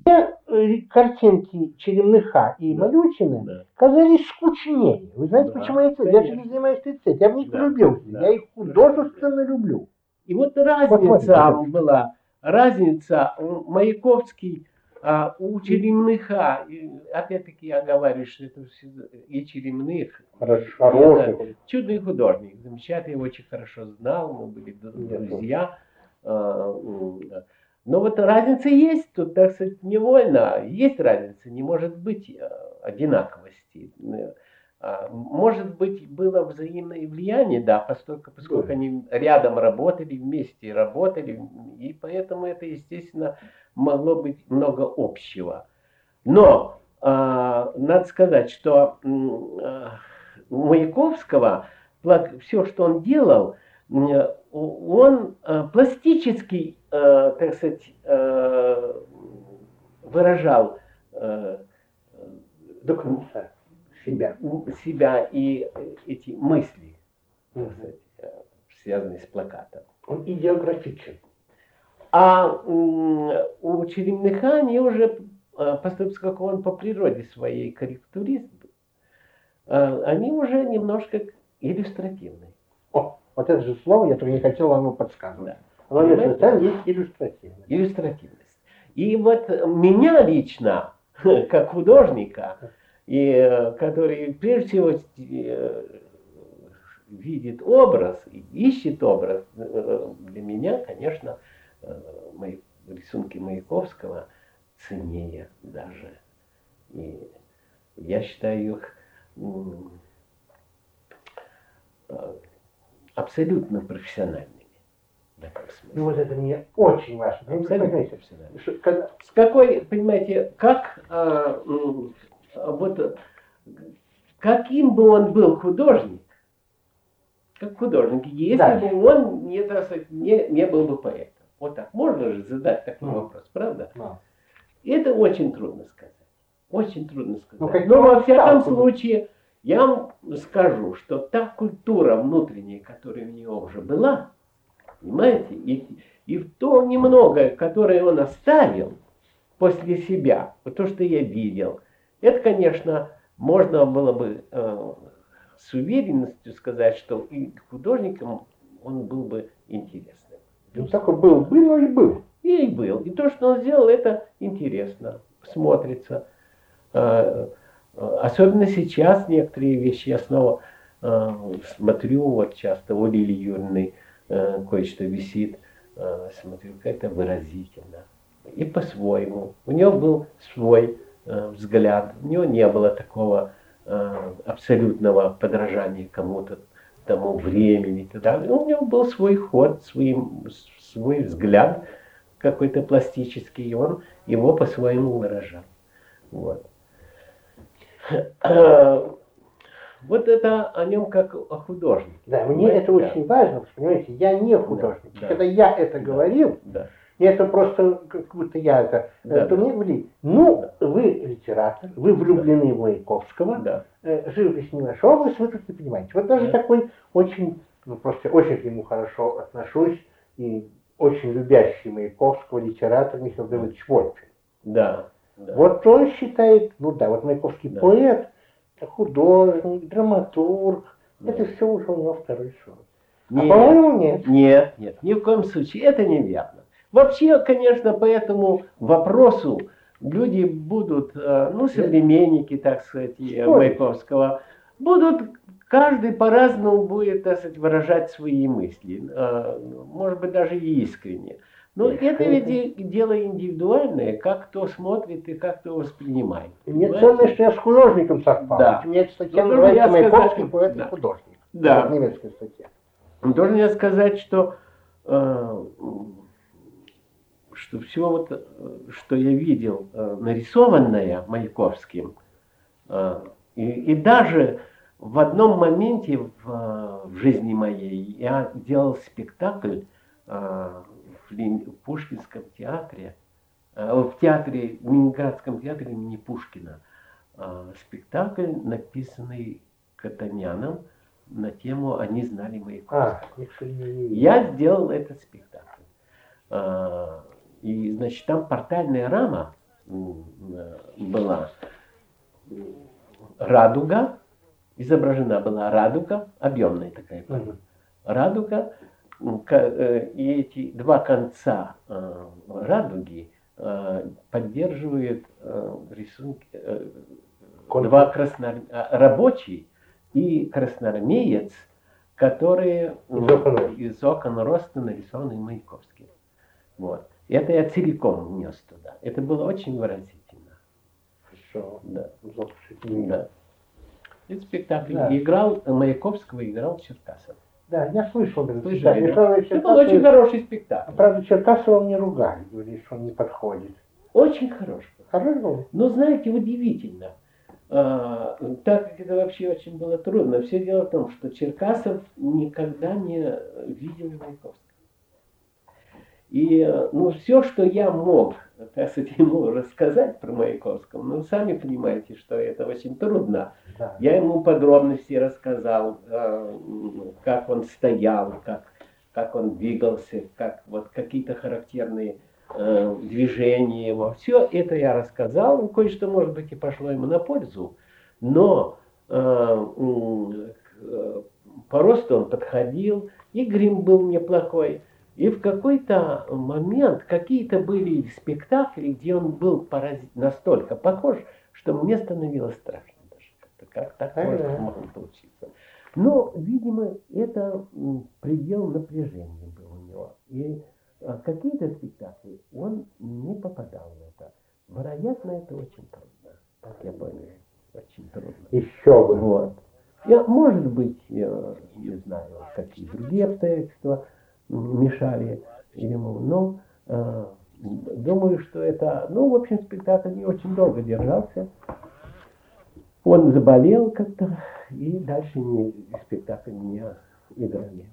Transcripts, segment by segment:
картинки Черемныха и Малютины казались скучнее. Вы знаете, почему я же не занимаюсь эстетикой? Я в них влюбился. Я их художественно люблю. И вот разница была. Разница Маяковский у Черемныха, опять-таки я говорю, что это и Черемных, чудный художник, замечательный, я очень хорошо знал, мы были друзья. Но вот разница есть, тут, так сказать, невольно, есть разница, не может быть одинаковости. Может быть, было взаимное влияние, да, поскольку они рядом работали, вместе работали, и поэтому это, естественно, могло быть много общего. Но надо сказать, что у Маяковского все, что он делал, он пластически, так сказать, выражал себя и эти мысли, так сказать, связанные с плакатом. Он идеографичен. А у Черемныха они уже, поскольку он по природе своей карикатурист, они уже немножко иллюстративны. О, вот это же слово, я только не хотел вам его подсказывать. Да. Там есть иллюстративность. Иллюстративность. И вот меня лично, как художника, и который прежде всего видит образ, ищет образ, для меня, конечно, мои рисунки Маяковского ценнее даже. И я считаю их абсолютно профессиональными. Ну вот это мне очень важно. Абсолютно профессионально. С какой, понимаете, как вот каким бы он был художник, как художник, если бы он не, так сказать, не был бы поэтом. Вот так. Можно же задать такой вопрос, правда? Это очень трудно сказать. Очень трудно сказать. Но во всяком случае, я вам скажу, что та культура внутренняя, которая у него уже была, понимаете, и в то немногое, которое он оставил после себя, вот то, что я видел, это, конечно, можно было бы с уверенностью сказать, что и художником он был бы интересным. Ну, так и был, но и был. И был. И то, что он сделал, это интересно, смотрится. Особенно сейчас некоторые вещи я снова смотрю, вот часто у Лилии Юрьевны кое-что висит, смотрю, как это выразительно. И по-своему. У него был свой взгляд, у него не было такого абсолютного подражания кому-то, тому времени и так далее. У него был свой ход, свой взгляд какой-то пластический, и он его по-своему выражал. Вот. Вот это о нем как о художнике. Да, мне это очень важно, понимаете, я не художник. Да, когда я это говорил, мне это просто, как будто я это, то мне говорили, вы литератор, вы влюблены в Маяковского, живопись не ваша область, вы тут не понимаете. Вот даже такой очень, просто очень к нему хорошо отношусь, и очень любящий Маяковского литератор Михаил Давыдович Вольфин. Да. Вот он считает, вот Маяковский поэт, художник, драматург, это все уже у него второй сорт. Нет, по-моему, нет. Нет, ни в коем случае, это неверно. Вообще, конечно, по этому вопросу люди будут, современники, так сказать, Маяковского, будут, каждый по-разному будет, так сказать, выражать свои мысли, может быть, даже и искренне. Но это ведь дело индивидуальное, как кто смотрит и как кто воспринимает. И мне ценно, что я с художником совпал. Да. У меня эта статья называется «Маяковский поэт и художник». Да. Это немецкая статья. Должен я сказать, что все вот, что я видел нарисованное Маяковским, и даже в одном моменте в жизни моей я делал спектакль в Пушкинском театре, в Ленинградском театре имени Пушкина, спектакль, написанный Катаняном на тему «Они знали Маяковского». Я сделал этот спектакль. И, значит, там портальная рама была радуга, изображена была радуга, объемная такая радуга, и эти два конца радуги поддерживают рисунки, два рабочий и красноармеец, которые из окон роста нарисованы Маяковским. Вот. Это я целиком внес туда. Это было очень выразительно. Хорошо. Да. Да. Этот спектакль играл Маяковского, играл Черкасов. Да, я слышал. Это был очень хороший спектакль. Правда, Черкасова мне ругали, говорили, что он не подходит. Очень хороший. Хорошо. Но знаете, удивительно. Так как это вообще очень было трудно. Все дело в том, что Черкасов никогда не видел Маяковского. И все, что я мог, так сказать, ему рассказать про Маяковского, ну, сами понимаете, что это очень трудно. Да. Я ему подробности рассказал, как он стоял, как он двигался, как вот какие-то характерные движения его. Все это я рассказал, кое-что, может быть, и пошло ему на пользу, но по росту он подходил, и грим был неплохой. И в какой-то момент какие-то были спектакли, где он был настолько похож, что мне становилось страшно даже. Как так можно получиться. Но, видимо, это предел напряжения был у него. И какие-то спектакли он не попадал в это. Вероятно, это очень трудно. Так я понял. Очень трудно. Еще бы. Вот. Может быть, я не знаю, какие другие обстоятельства мешали ему, но думаю, что это, в общем, спектакль не очень долго держался. Он заболел как-то, и дальше спектакль не играли.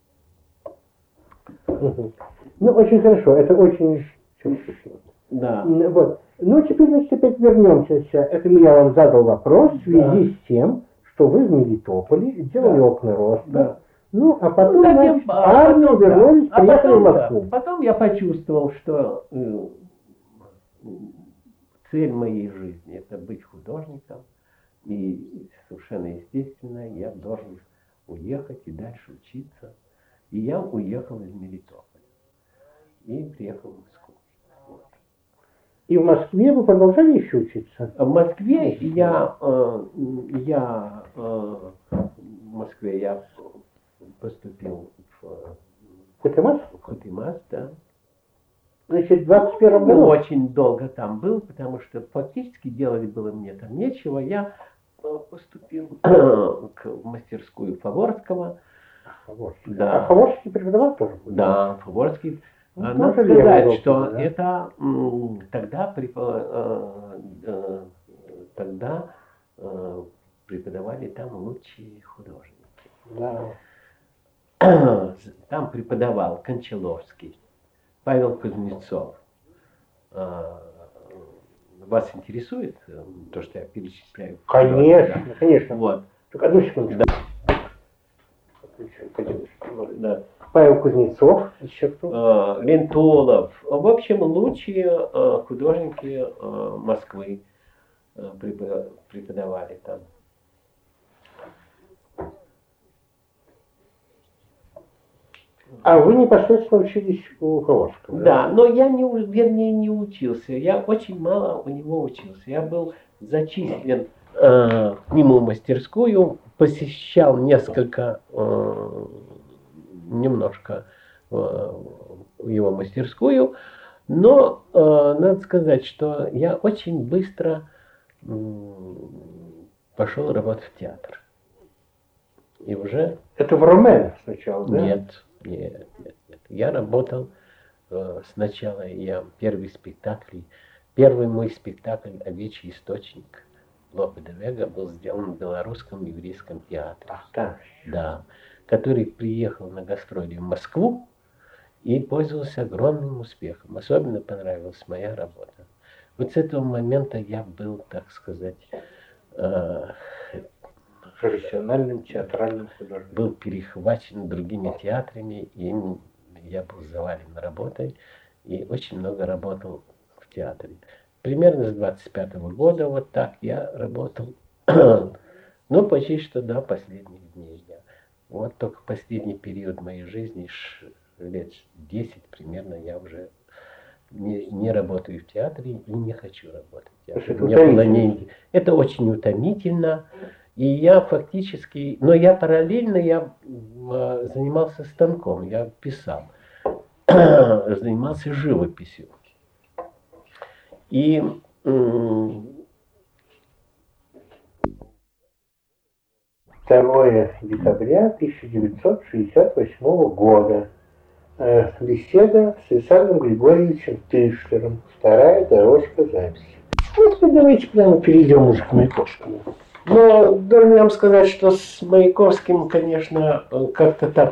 Очень хорошо, это очень... Да. Вот. Теперь, значит, опять вернемся. Это я вам задал вопрос в связи с тем, что вы в Мелитополе делали окна роста. Да. А потом, армию вернулись, приехали в Москву. Потом я почувствовал, что цель моей жизни – это быть художником. И совершенно естественно, я должен уехать и дальше учиться. И я уехал из Мелитополя. И приехал в Москву. Вот. И в Москве вы продолжали еще учиться? В Москве я поступил в Хутымас, да. Значит, в 21 году? Очень долго там был, потому что фактически делать было мне там нечего. Я поступил в мастерскую Фаворского. Да. А Фаворский преподавал тоже? Да, Фаворский. Надо сказать, что это тогда преподавали там лучшие художники. Да. Там преподавал Кончаловский, Павел Кузнецов. Вас интересует то, что я перечисляю? Конечно, да. Конечно. Вот. Только одну секунду. Да. Павел Кузнецов, еще кто? Лентулов. В общем, лучшие художники Москвы преподавали там. А вы непосредственно учились у Фаворского? Да, но я не учился. Я очень мало у него учился. Я был зачислен к нему в мастерскую, посещал немножко его мастерскую, но надо сказать, что я очень быстро пошел работать в театр. И уже... Это в Ромен сначала, да? Нет. Я работал сначала, первый мой спектакль «Овечий источник» Лопе де Вега был сделан в Белорусском еврейском театре. Да, который приехал на гастроли в Москву и пользовался огромным успехом. Особенно понравилась моя работа. Вот с этого момента я был, так сказать, профессиональным театральным художником. Был перехвачен другими театрами, и я был завален работой и очень много работал в театре. примерно с 25-го года вот так я работал. Ну, почти что до последних дней. Вот только последний период моей жизни, лет 10 примерно, я уже не работаю в театре и не хочу работать. Это очень утомительно. И я фактически, но я параллельно занимался станком, я писал, занимался живописью. И 2 декабря 1968 года. Беседа с Александром Григорьевичем Тышлером. 2-я дорожка записи. Вот давайте прямо перейдем уже к Маяковскому. Но должен вам сказать, что с Маяковским, конечно, как-то так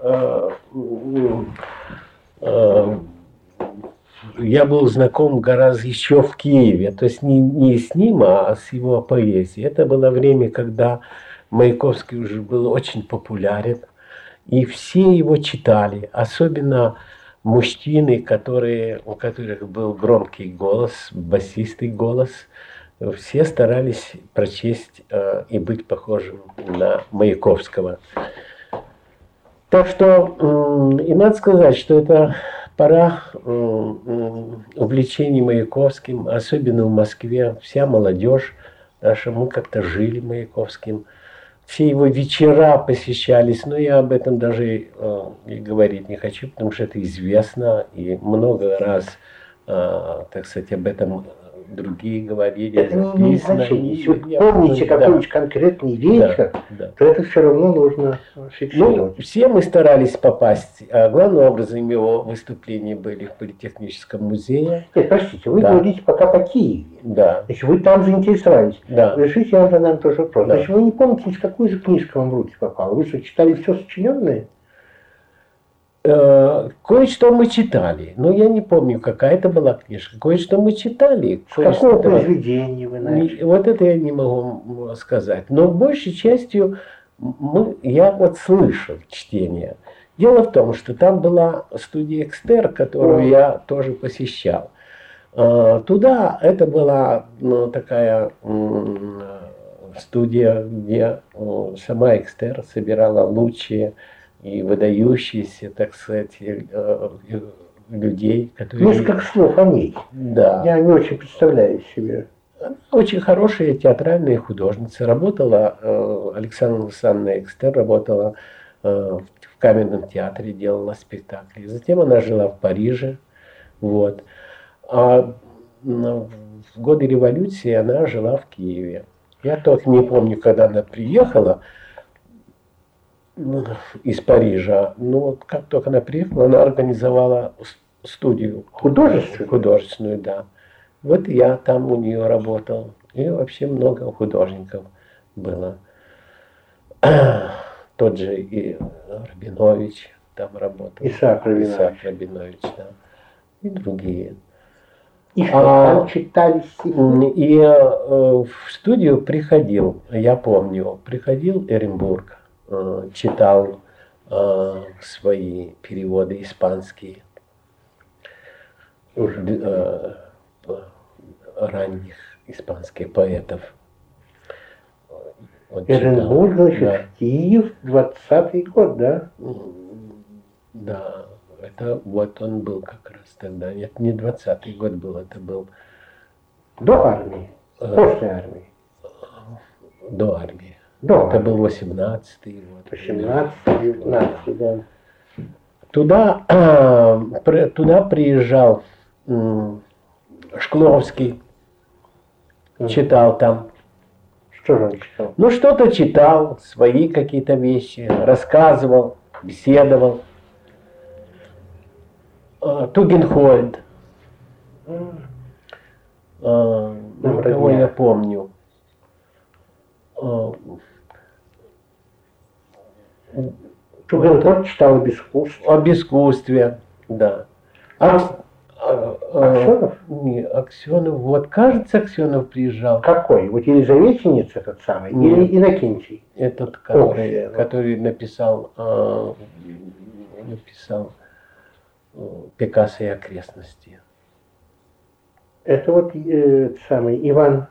я был знаком гораздо еще в Киеве, то есть не с ним, а с его поэзией. Это было время, когда Маяковский уже был очень популярен, и все его читали, особенно мужчины, у которых был громкий голос, басистый голос. Все старались прочесть и быть похожим на Маяковского. Так что, и надо сказать, что это пора увлечений Маяковским, особенно в Москве, вся молодежь наша, мы как-то жили Маяковским. Все его вечера посещались, но я об этом даже и говорить не хочу, потому что это известно, и много раз, так сказать, об этом другие говорили. Это не значение. Если вы помните какой-нибудь конкретный вечер, то это все равно нужно фиксировать. Ну, все мы старались попасть. Главным образом его выступления были в Политехническом музее. Нет, простите, вы говорите пока по Киеве. Да. Значит, вы там заинтересовались. Да. Решите, я вам задам тоже вопрос. Да. Значит, вы не помните, из какой же книжки вам в руки попало? Вы что, читали все сочиненное? Кое-что мы читали, но я не помню, какая это была книжка. Кое-что мы читали. Какое произведение вы начали? Вот это я не могу сказать. Но большей частью я вот слышал чтение. Дело в том, что там была студия Экстер, которую я тоже посещал. Туда это была такая студия, где сама Экстер собирала лучшие и выдающиеся, так сказать, людей, которые... Несколько слов о ней. Да. Я не очень представляю себе. Очень хорошая театральная художница. Работала, Александра Александровна Экстер работала в Каменном театре, делала спектакли. Затем она жила в Париже. Вот. А в годы революции она жила в Киеве. Я только не помню, когда она приехала из Парижа. Но вот как только она приехала, она организовала студию. Художественную, да. Вот я там у нее работал. И вообще много художников было. Тот же и Рабинович там работал. Исаак Рабинович, да. И другие. И что, там читали стихи? И в студию приходил, я помню, приходил Эренбург, читал свои переводы испанские, ранних испанских поэтов. Эренбург, значит, Киев, 20-й год, да? Да, это вот он был как раз тогда. Нет, не 20-й год был, это был... До армии? После армии? До армии. Это был 18-й год. 18-й, 19-й, да. Туда приезжал Шкловский, читал там. Что же он читал? Ну, что-то читал, свои какие-то вещи, рассказывал, беседовал. Тугенхольд. Кого я помню. Тугенхольд читал об искусстве. Об искусстве, да. Аксенов? Не, Аксенов, вот, кажется, Аксенов приезжал. Какой? Вот Елизаветинец этот самый? Нет. Или Иннокентий? Этот, который написал Пикассо и окрестности. Это вот самый Иван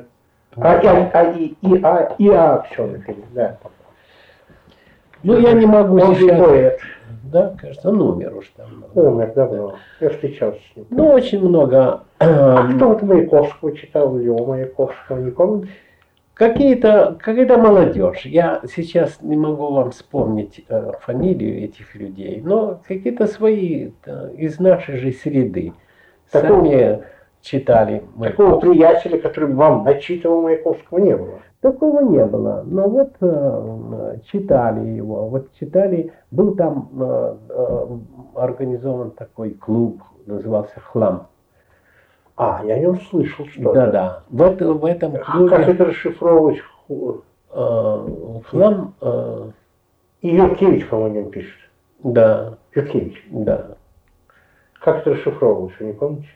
Аксенов, да. Ну, я не могу он сейчас... поэт. Да, кажется, он умер уж там. Умер давно. Да. Я встречался с ним. Ну, очень много. А кто вот Маяковского читал? Лео Маяковского, не помните? Какая-то молодежь. Я сейчас не могу вам вспомнить фамилию этих людей, но какие-то свои из нашей же среды. Сами читали Маяковского. Такого приятеля, который вам начитывал Маяковского, не было? Такого не было. Но вот читали его. Вот читали, был там организован такой клуб, назывался «Хлам». А, я о нем слышал что-то. Да. В этом клубе... Как это расшифровывать? «Хлам»... И Юркевич, по-моему, пишет. Да. Юркевич? Да. Как это расшифровывать, вы не помните?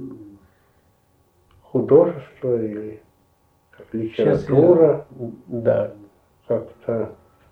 Художество или как литература? Да. Как-то...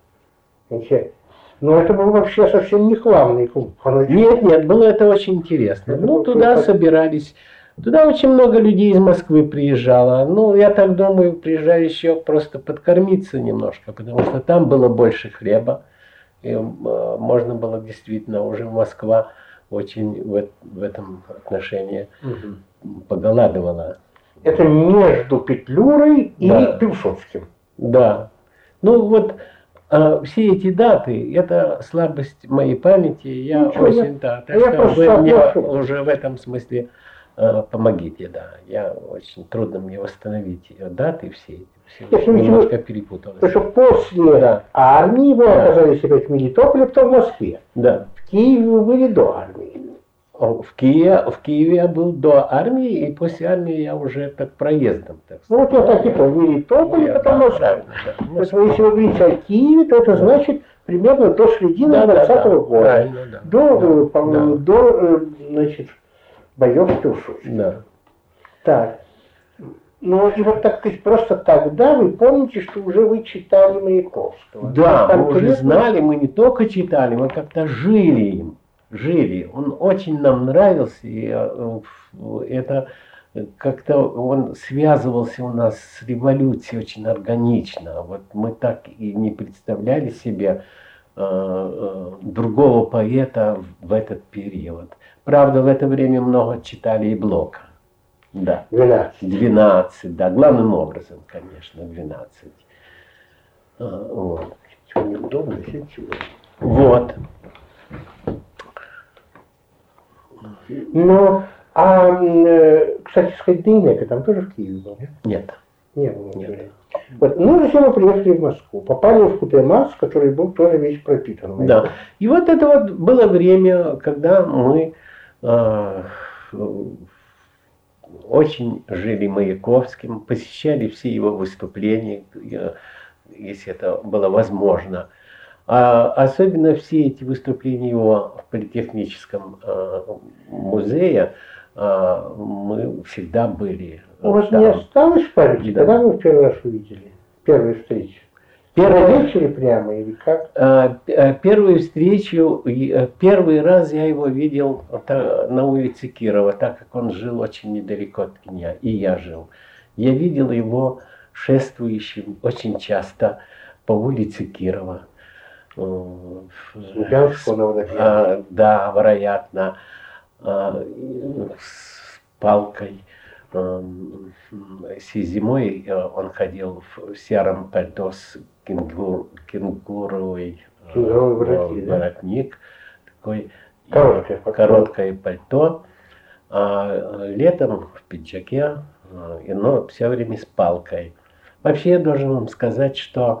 Но это был вообще совсем не хламный клуб. Нет, было это очень интересно. Это туда собирались... Туда очень много людей из Москвы приезжало. Ну, я так думаю, приезжали еще просто подкормиться немножко, потому что там было больше хлеба. И можно было действительно уже Москва очень в этом отношении поголадывала. Это между Петлюрой и Пилсудским. Да. Ну вот все эти даты, это слабость моей памяти. Я очень, так что вы мне уже в этом смысле помогите, да. Очень трудно мне восстановить даты все эти. Немножко перепуталось. Потому что после армии вы оказались опять в Мелитополе, потом в Москве. Да. В Киеве вы были до армии. В Киеве я был до армии, и после армии я уже так проездом. Так сказать. Ну вот я так и понял, в Мелитополе, потом в Москве. Поэтому если вы говорите о Киеве, то это значит примерно до середины 20-го года. До, значит, боев в Пилсудске. Да. Так. Ну и вот так сказать, просто тогда вы помните, что уже вы читали Маяковского. Да, мы уже знали, мы не только читали, мы как-то жили им. Он очень нам нравился, и это как-то он связывался у нас с революцией очень органично. Вот мы так и не представляли себе другого поэта в этот период. Правда, в это время много читали и Блока. Да. 12, да. Главным образом, конечно, 12. Вот. Неудобно, вот. Но, кстати сказать, Дейнека там тоже в Киеве был, нет? Нет. Не было. Нет. Вот. Ну, затем мы приехали в Москву, попали в Кутемас, который был тоже весь пропитан. Да. И вот это вот было время, когда мы очень жили Маяковским, посещали все его выступления, если это было возможно. Особенно все эти выступления его в Политехническом музее мы всегда были. У вас не осталось в памяти, когда вы в первый раз увидели? Первую встречу? Вечере прямо или как? Первую встречу, первый раз я его видел на улице Кирова, так как он жил очень недалеко от меня, и я жил. Я видел его шествующим очень часто по улице Кирова. Да, вероятно, с палкой. Зимой он ходил в сером пальто с кенгуровый воротник, такой короткое пальто, а летом в пиджаке, но все время с палкой. Вообще я должен вам сказать, что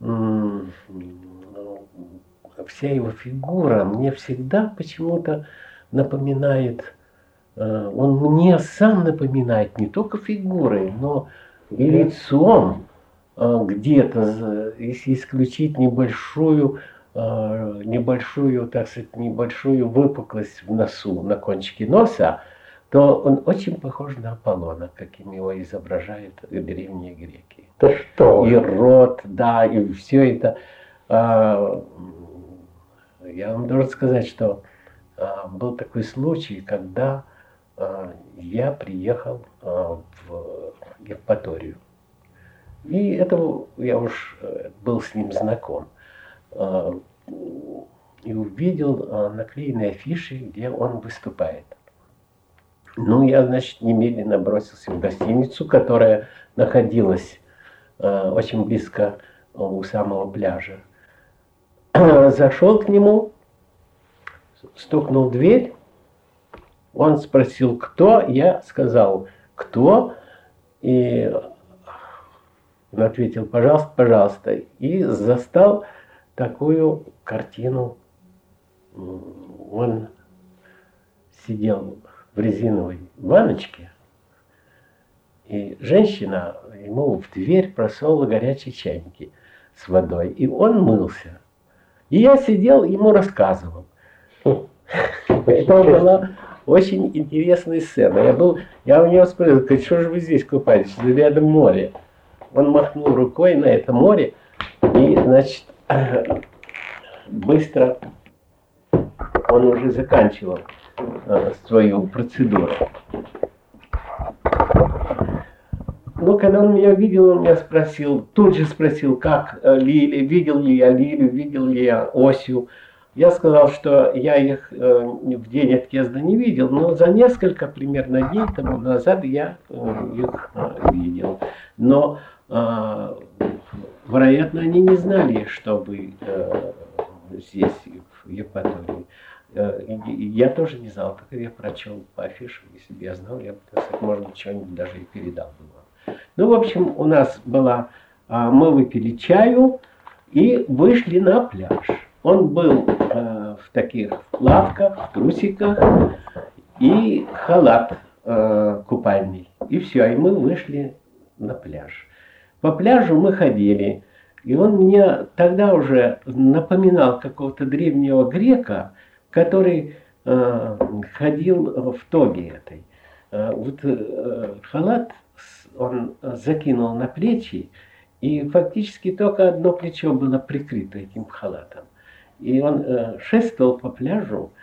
вся его фигура мне всегда почему-то напоминает, он мне сам напоминает не только фигурой, но и лицом где-то, если исключить небольшую, так сказать, небольшую выпуклость в носу, на кончике носа, то он очень похож на Аполлона, каким его изображают древние греки. Да что? И рот, да, и все это. Я вам должен сказать, что был такой случай, когда я приехал в Евпаторию. И это я уж был с ним знаком. И увидел наклеенные афиши, где он выступает. Ну, я, значит, немедленно бросился в гостиницу, которая находилась очень близко у самого пляжа. Зашел к нему, стукнул в дверь. Он спросил, кто? Я сказал, кто? И он ответил, пожалуйста, пожалуйста. И застал такую картину. Он сидел в резиновой ванночке, и женщина ему в дверь просовывала горячие чайники с водой, и он мылся. И я сидел, ему рассказывал. Это была очень интересная сцена. Я у него спросил, что же вы здесь купаетесь, рядом море. Он махнул рукой на это море, и, значит, быстро он уже заканчивал свою процедуру. Но когда он меня видел, он меня спросил, тут же спросил, как Лили, видел ли я Лилю, видел ли я Осю. Я сказал, что я их в день отъезда не видел, но за несколько примерно дней тому назад я их видел. Но, вероятно, они не знали, что вы здесь, в Евпатории. Я тоже не знал, как я прочел по афишам, если бы я знал, я бы, так сказать, может быть, что-нибудь даже и передал бы вам. Ну, в общем, у нас была, мы выпили чаю и вышли на пляж. Он был в таких плавках, в трусиках и халат купальный. И все, и мы вышли на пляж. По пляжу мы ходили, и он мне тогда уже напоминал какого-то древнего грека, который ходил в тоге этой. Вот халат он закинул на плечи, и фактически только одно плечо было прикрыто этим халатом. И он шествовал по пляжу,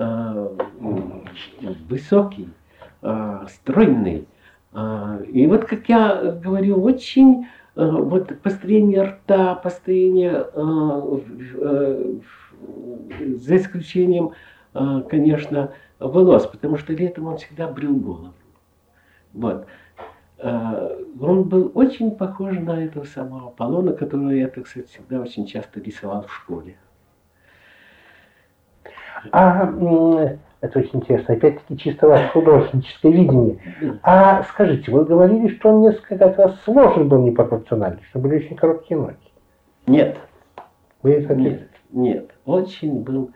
высокий, стройный. И вот, как я говорю, очень вот построение рта, построение, за исключением, конечно, волос, потому что летом он всегда брил голову. Вот. Он был очень похож на этого самого Аполлона, которого я, так сказать, всегда очень часто рисовал в школе. Это очень интересно. Опять-таки, чисто ваше художническое видение. А скажите, вы говорили, что он несколько раз сложен был непропорционально, что были очень короткие ноги. Нет. Вы это нет. Очень был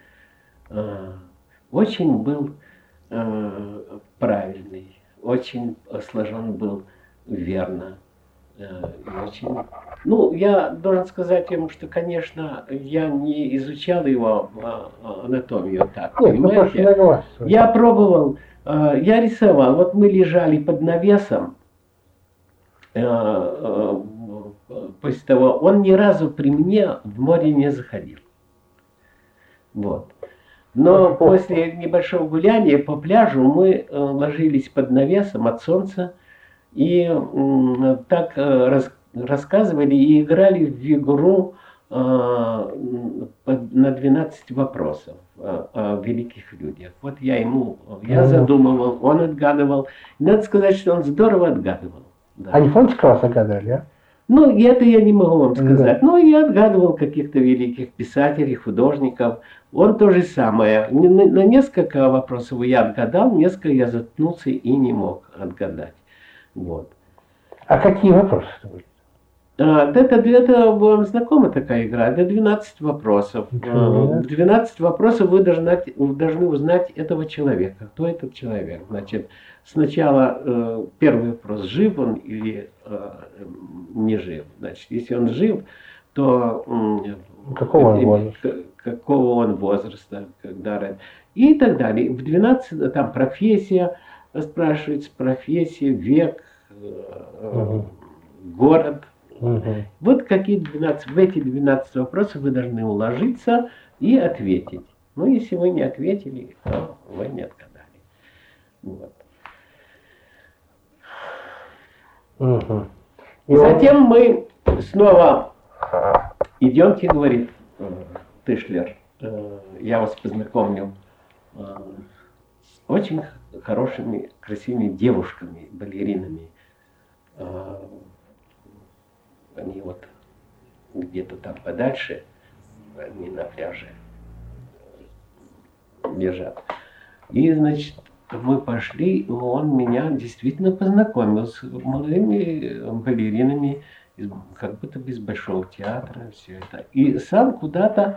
правильный, очень сложен был верно. Очень... Ну, я должен сказать ему, что, конечно, я не изучал его анатомию так, нет, понимаете? Я пробовал, я рисовал. Вот мы лежали под навесом, после того, он ни разу при мне в море не заходил. Вот. Но после небольшого гуляния по пляжу мы ложились под навесом от солнца и так рассказывали и играли в игру на 12 вопросов о великих людях. Вот я задумывал, он отгадывал. Надо сказать, что он здорово отгадывал. Да. А не помните, как вас отгадывали, а? Ну, это я не могу вам сказать. Да. Но я отгадывал каких-то великих писателей, художников. Он то же самое. На несколько вопросов я отгадал, несколько я заткнулся и не мог отгадать. Вот. А какие вопросы были? Это вам знакома такая игра? Это 12 вопросов. 12 вопросов вы должны узнать этого человека. Кто этот человек? Значит, сначала первый вопрос, жив он или не жив. Значит, если он жив, то какого он возраста, когда, и так далее. В 12 там профессия, спрашивается профессия, век, город. Вот какие 12, в эти 12 вопросов вы должны уложиться и ответить. Ну, если вы не ответили, то вы не отгадали. Вот. Угу. Затем мы снова идемте, говорит Тышлер, я вас познакомлю с очень хорошими, красивыми девушками, балеринами. Они вот где-то там подальше, они на пляже лежат. И, значит, мы пошли, он меня действительно познакомил с молодыми балеринами, как будто бы из Большого театра, все это. И сам куда-то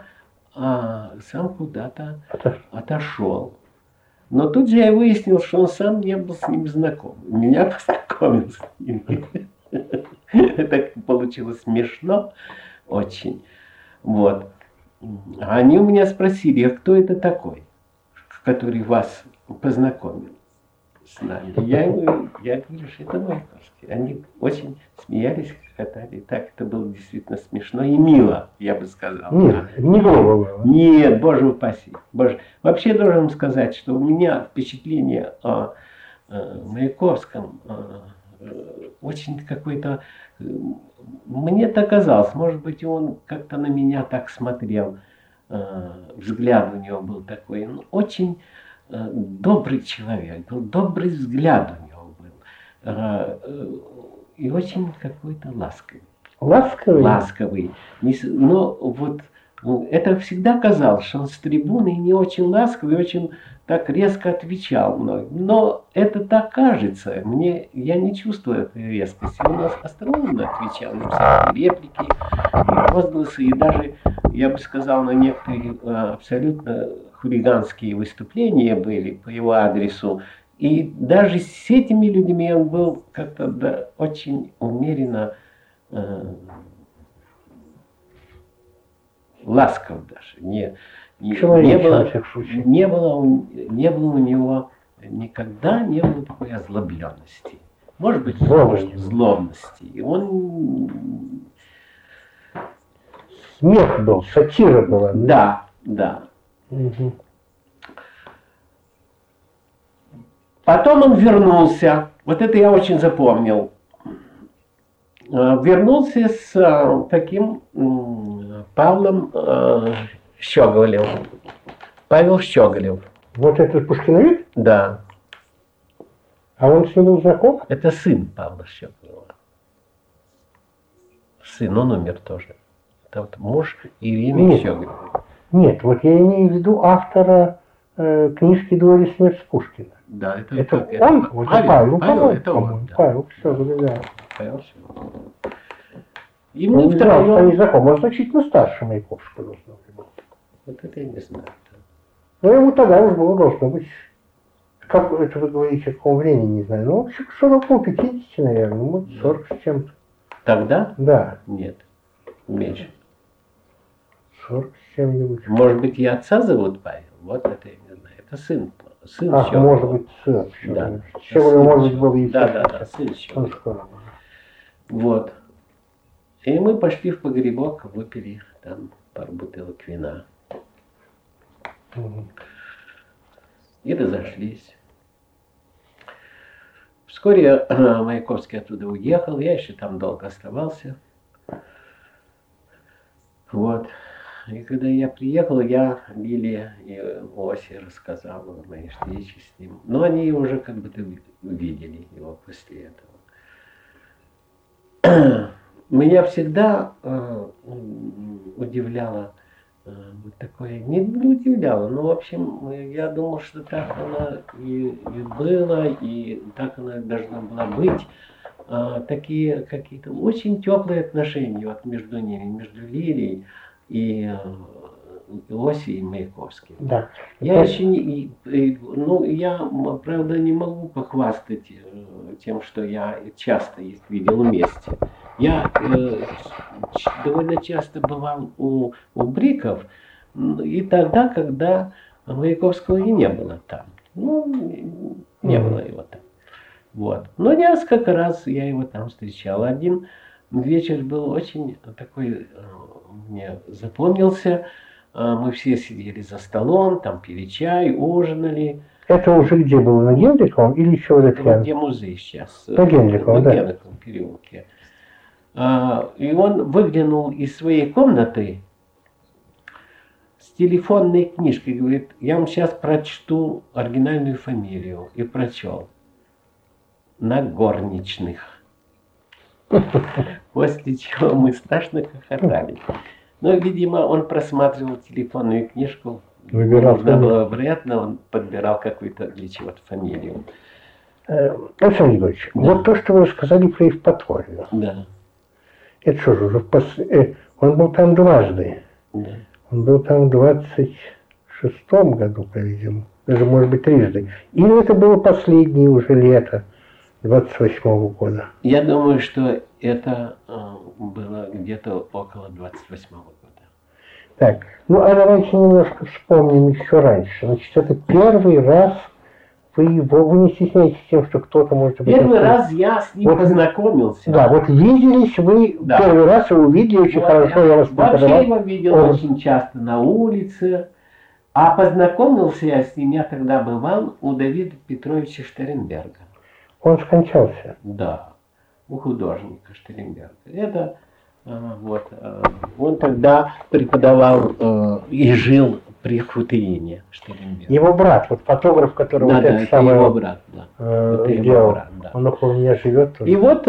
отошел. Но тут же я выяснил, что он сам не был с ним знаком. Меня познакомил с ними. Это получилось смешно очень. Вот. Они у меня спросили, а кто это такой, который вас познакомил с нами? Я говорю, что это Маяковский. Они очень смеялись, хохотали. Так, это было действительно смешно и мило, я бы сказал. Нет, не грубо было. Нет, боже упаси. Боже. Вообще должен сказать, что у меня впечатление о Маяковском очень какой-то... Мне так казалось, может быть, он как-то на меня так смотрел. Взгляд у него был такой. Очень добрый человек, был добрый взгляд у него был. И очень какой-то ласковый. Ласковый? Ласковый. Но вот это всегда казалось, что он с трибуны не очень ласковый, очень так резко отвечал многим. Но это так кажется. Я не чувствую этой резкости. Он остроумно отвечал на всякие реплики, и возгласы, и даже, я бы сказал, на некоторые абсолютно хулиганские выступления были по его адресу. И даже с этими людьми он был как-то очень умеренно ласков даже. Не было у него никогда не было такой озлобленности. Может быть, злобности. И он... Смех был, сатира была. Да. Угу. Потом он вернулся. Вот это я очень запомнил. Вернулся с таким Павлом Щеголевым. Павел Щеголев. Вот этот Пушкиновик? Да. А он с ним был знаком? Это сын Павла Щеголева. Сын, он умер тоже. Это вот муж Ирины Щеголевой. Нет, вот я имею в виду автора книжки «Дуэль и смерть» Пушкина. Да, это он? Вот Павел, это он. Да. Павел Щеголев, да. Павел Щеголев. И мы втроем... Он не знаком, он значительно старше Маяковского должно быть. Вот это я не знаю. Но ему тогда уже было должно быть, как это вы говорите, в каком времени, не знаю, ну, вообще, к 40-50, наверное, может, 40 с чем-то. Тогда? Да. Нет, меньше. 40 с чем-нибудь. Может быть, и отца зовут Павел? Вот это я не знаю. Это сын Щеголев. Может быть, сын Щеголев. Да. Щеголев, может быть, был и Да, сын Щеголев. Вот. И мы пошли в погребок, выпили там пару бутылок вина. И разошлись. Вскоре Маяковский оттуда уехал, я еще там долго оставался. Вот. И когда я приехал, я Лиле и Осе рассказал о моей встрече с ним. Но они уже как бы увидели его после этого. Меня всегда удивляло вот такое, не удивляло, но в общем я думал, что так оно и было, и так оно должно было быть. Такие какие-то очень теплые отношения вот между ними, между Лилией и Осей и Маяковским. Да. Я еще не, я, правда, не могу похвастать тем, что я часто их видел вместе. Я довольно часто бывал у Бриков, и тогда, когда Маяковского и не было там. Не было его там. Вот. Но несколько раз я его там встречал. Один вечер был очень такой, мне запомнился. Мы все сидели за столом, там пили чай, ужинали. Это уже где было, на Генриковом или еще в Латвии? Где музей сейчас? На Генриковом, да. На Генриковом переулке. И он выглянул из своей комнаты с телефонной книжкой. Говорит, я вам сейчас прочту оригинальную фамилию. И прочел. Нагорничных. После чего мы страшно хохотали. Но, видимо, он просматривал телефонную книжку. Выбирал было вероятно, он подбирал какую-то для чего-то фамилию. Александр Григорьевич, да. Вот то, что вы рассказали про Евпаторию. Да. Это что же, уже он был там дважды. Да. Он был там в 26-м году, по-видимому. Даже, может быть, трижды. Или это было последнее уже лето 28-го года? Я думаю, что это было где-то около 28-го года. Так, ну а давайте немножко вспомним еще раньше. Значит, это первый раз вы не стесняйтесь тем, что кто-то может быть... Первый раз я с ним познакомился. Да, вот виделись вы, да. Первый раз вы увидели очень вот хорошо, я вас вообще его видел очень часто на улице. А познакомился я с ним, я тогда бывал у Давида Петровича Штернберга. Он скончался? Да, у художника Штернберга. Это он тогда преподавал и жил при Хутеине Штернберга. Его брат, вот фотограф, который да, вот это самое его брат, да. Это его брат, да. Он около меня живет. Тоже. И вот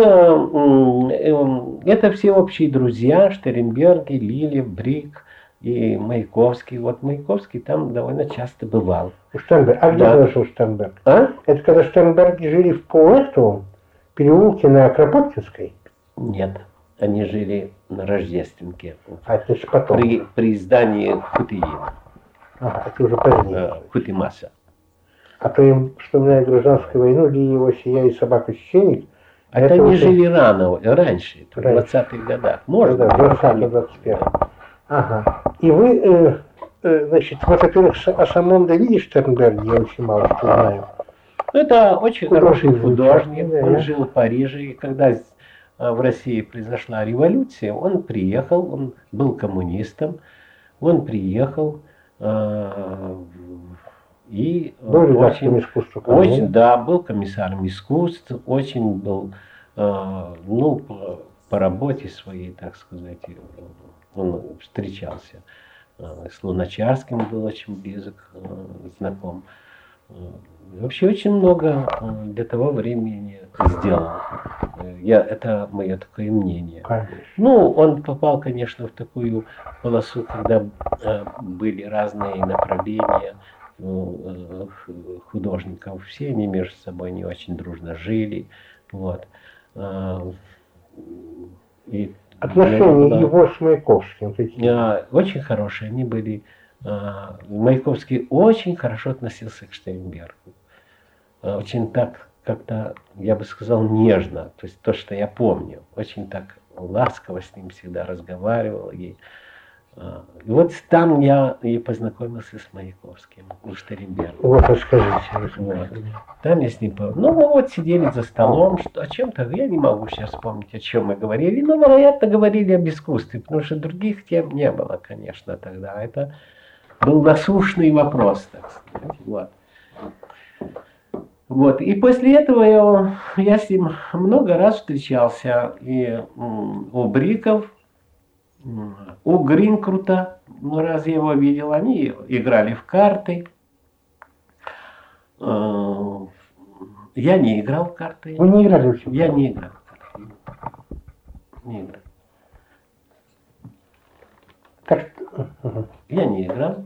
это все общие друзья, Штернберги, Лилев, Брик и Маяковский. Вот Маяковский там довольно часто бывал. У Штернберга. А где да. Жил Штернберг? А? Это когда Штернберги жили в Поэтовом переулке на Кропоткинской? Нет. Они жили на Рождественке. А это же потом? При издании Хутеина. Ага, это уже позднее. Хутимаса. А то я вспоминаю гражданскую войну, Линия я и собака-священник. Это они уже... жили раньше, в 20-х годах. Можно? Да, в 20-21. Ага. И вы, значит, вот, во-первых, о самом Давиде Штернберге я очень мало что знаю. Это очень хороший художник. Да, он жил в Париже, и когда в России произошла революция, он приехал, он был коммунистом, он приехал и был редактором искусства. Очень, да, был комиссаром искусств, очень был, ну, по работе своей, так сказать, он встречался с Луначарским, был очень близок, знаком. Вообще очень много для того времени сделал. Это мое такое мнение. Конечно. Ну, он попал, конечно, в такую полосу, когда были разные направления художников. Все они между собой не очень дружно жили. Вот. И отношения его с Маяковским какие? Очень хорошие. Они были. Маяковский очень хорошо относился к Штернбергу. Очень так, как-то, я бы сказал, нежно. То есть то, что я помню. Очень так ласково с ним всегда разговаривал. И вот там я и познакомился с Маяковским, у Штернберга. Вот, расскажите. Вот. Там я с ним... Ну, мы вот сидели за столом, о чем-то, я не могу сейчас вспомнить, о чем мы говорили, но, вероятно, говорили об искусстве, потому что других тем не было, конечно, тогда. Это был насущный вопрос, так сказать. Вот. Вот. И после этого я с ним много раз встречался и у Бриков, у Гринкрута, ну, раз я его видел, они играли в карты. Я не играл в карты. Вы не играли в карты? Я не играл в карты. Не играл. Так. Я не играл.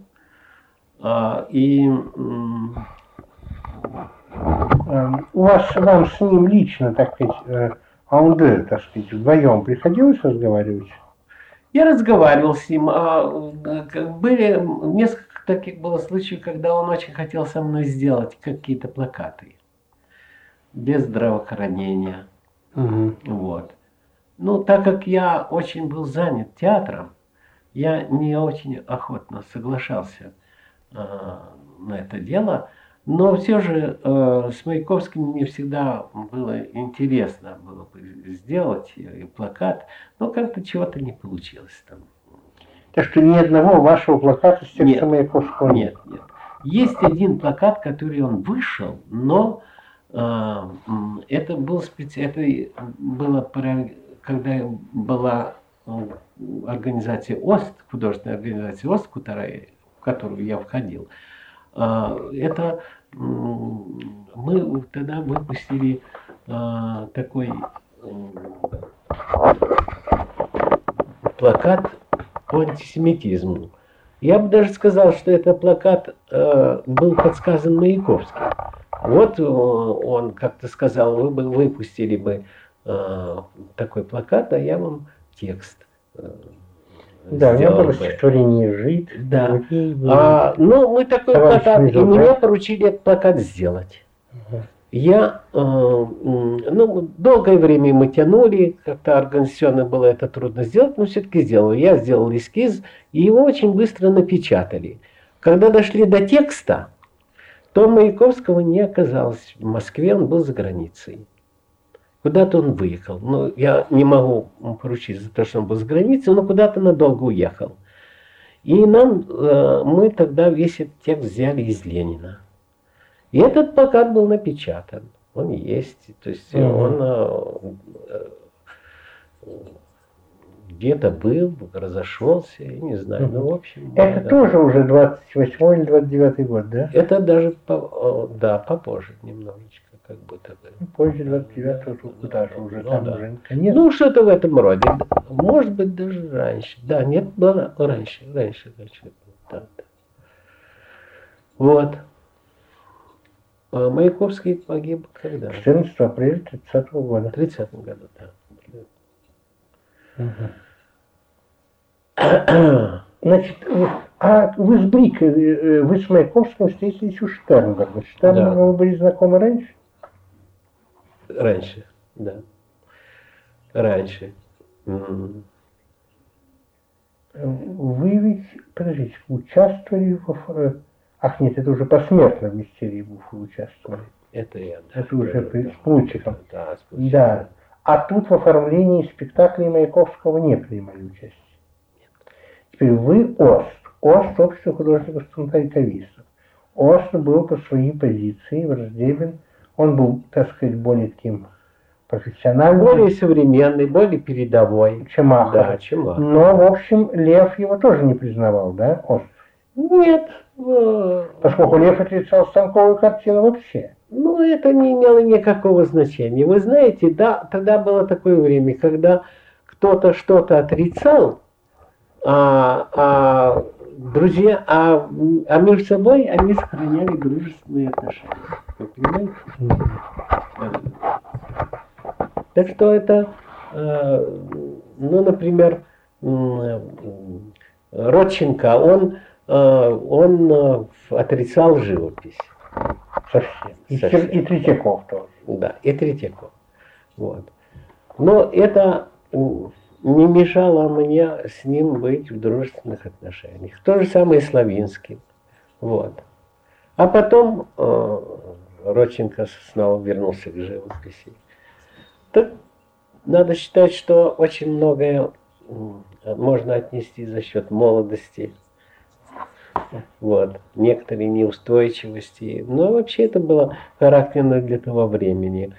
Вам с ним лично, так сказать, аунде, так сказать, вдвоем приходилось разговаривать? Я разговаривал с ним. Были несколько таких было случаев, когда он очень хотел со мной сделать какие-то плакаты. Без здравоохранения. Угу. Вот. Ну, так как я очень был занят театром, я не очень охотно соглашался на это дело. Но все же с Маяковским мне всегда было интересно было бы сделать плакат, но как-то чего-то не получилось там. Так что ни одного вашего плаката с текстом Маяковского нет. Нет. Есть один плакат, который он вышел, но это было когда была организация ОСТ, художественная организация ОСТ, в которую я входил. Это мы тогда выпустили такой плакат по антисемитизму. Я бы даже сказал, что этот плакат был подсказан Маяковским. Вот он как-то сказал, вы бы выпустили бы такой плакат, а я вам текст. Да, у меня было стихотворение «Жить». Да. Ну, мы такой плакат, и мне поручили этот плакат сделать. Я, долгое время мы тянули, как-то организационно было это трудно сделать, но все-таки сделал. Я сделал эскиз, и его очень быстро напечатали. Когда дошли до текста, то Маяковского не оказалось в Москве, он был за границей. Куда-то он выехал. Ну, я не могу поручить за то, что он был за границей, но куда-то надолго уехал. И мы тогда весь этот текст взяли из Ленина. И этот плакат был напечатан. Он есть. То есть он где-то был, разошелся, я не знаю. Ну, в общем, это тоже уже 28 или 29 год, да? Это даже попозже немножечко, как будто бы. Позже 29-го даже уже там уже конец. Ну, что-то в этом роде. Может быть, даже раньше. Да, нет, было раньше. Да. Вот. Маяковский погиб когда? 14 апреля 30-го года. В 30-м году, да. Значит, а вы с Брикой, вы с Маяковским встретились у Штернберга. Штернберга вы были знакомы раньше? Раньше, да. Раньше. Вы ведь, подождите, участвовали Ах, нет, это уже посмертно в «Мистерии Буф» вы участвовали. Это я, да. Это уже с Плучиком. Да, с Плучиком. Да. А тут в оформлении спектаклей Маяковского не принимали участие. Теперь вы ОСТ. ОСТ – Общество художников-станковистов. ОСТ был по своей позиции враждебен. Он был, так сказать, более таким профессиональным. Более современный, более передовой. Чемахов. Да, Чемахов. Но, в общем, Лев его тоже не признавал, да, ОСТ? Нет. Поскольку Лев отрицал станковую картину вообще. Ну, это не имело никакого значения. Вы знаете, да, тогда было такое время, когда кто-то что-то отрицал, друзья, а между собой они сохраняли дружественные отношения. Вы понимаете? Так что это, например, Родченко, он отрицал живопись. Совсем. И Третьяков тоже. Да, и Третьяков. Вот. Но это не мешало мне с ним быть в дружественных отношениях. То же самое и Славинский. Вот. А потом Родченко снова вернулся к живописи. Так надо считать, что очень многое можно отнести за счет молодости. Вот. Некоторые неустойчивости. Но вообще это было характерно для того времени.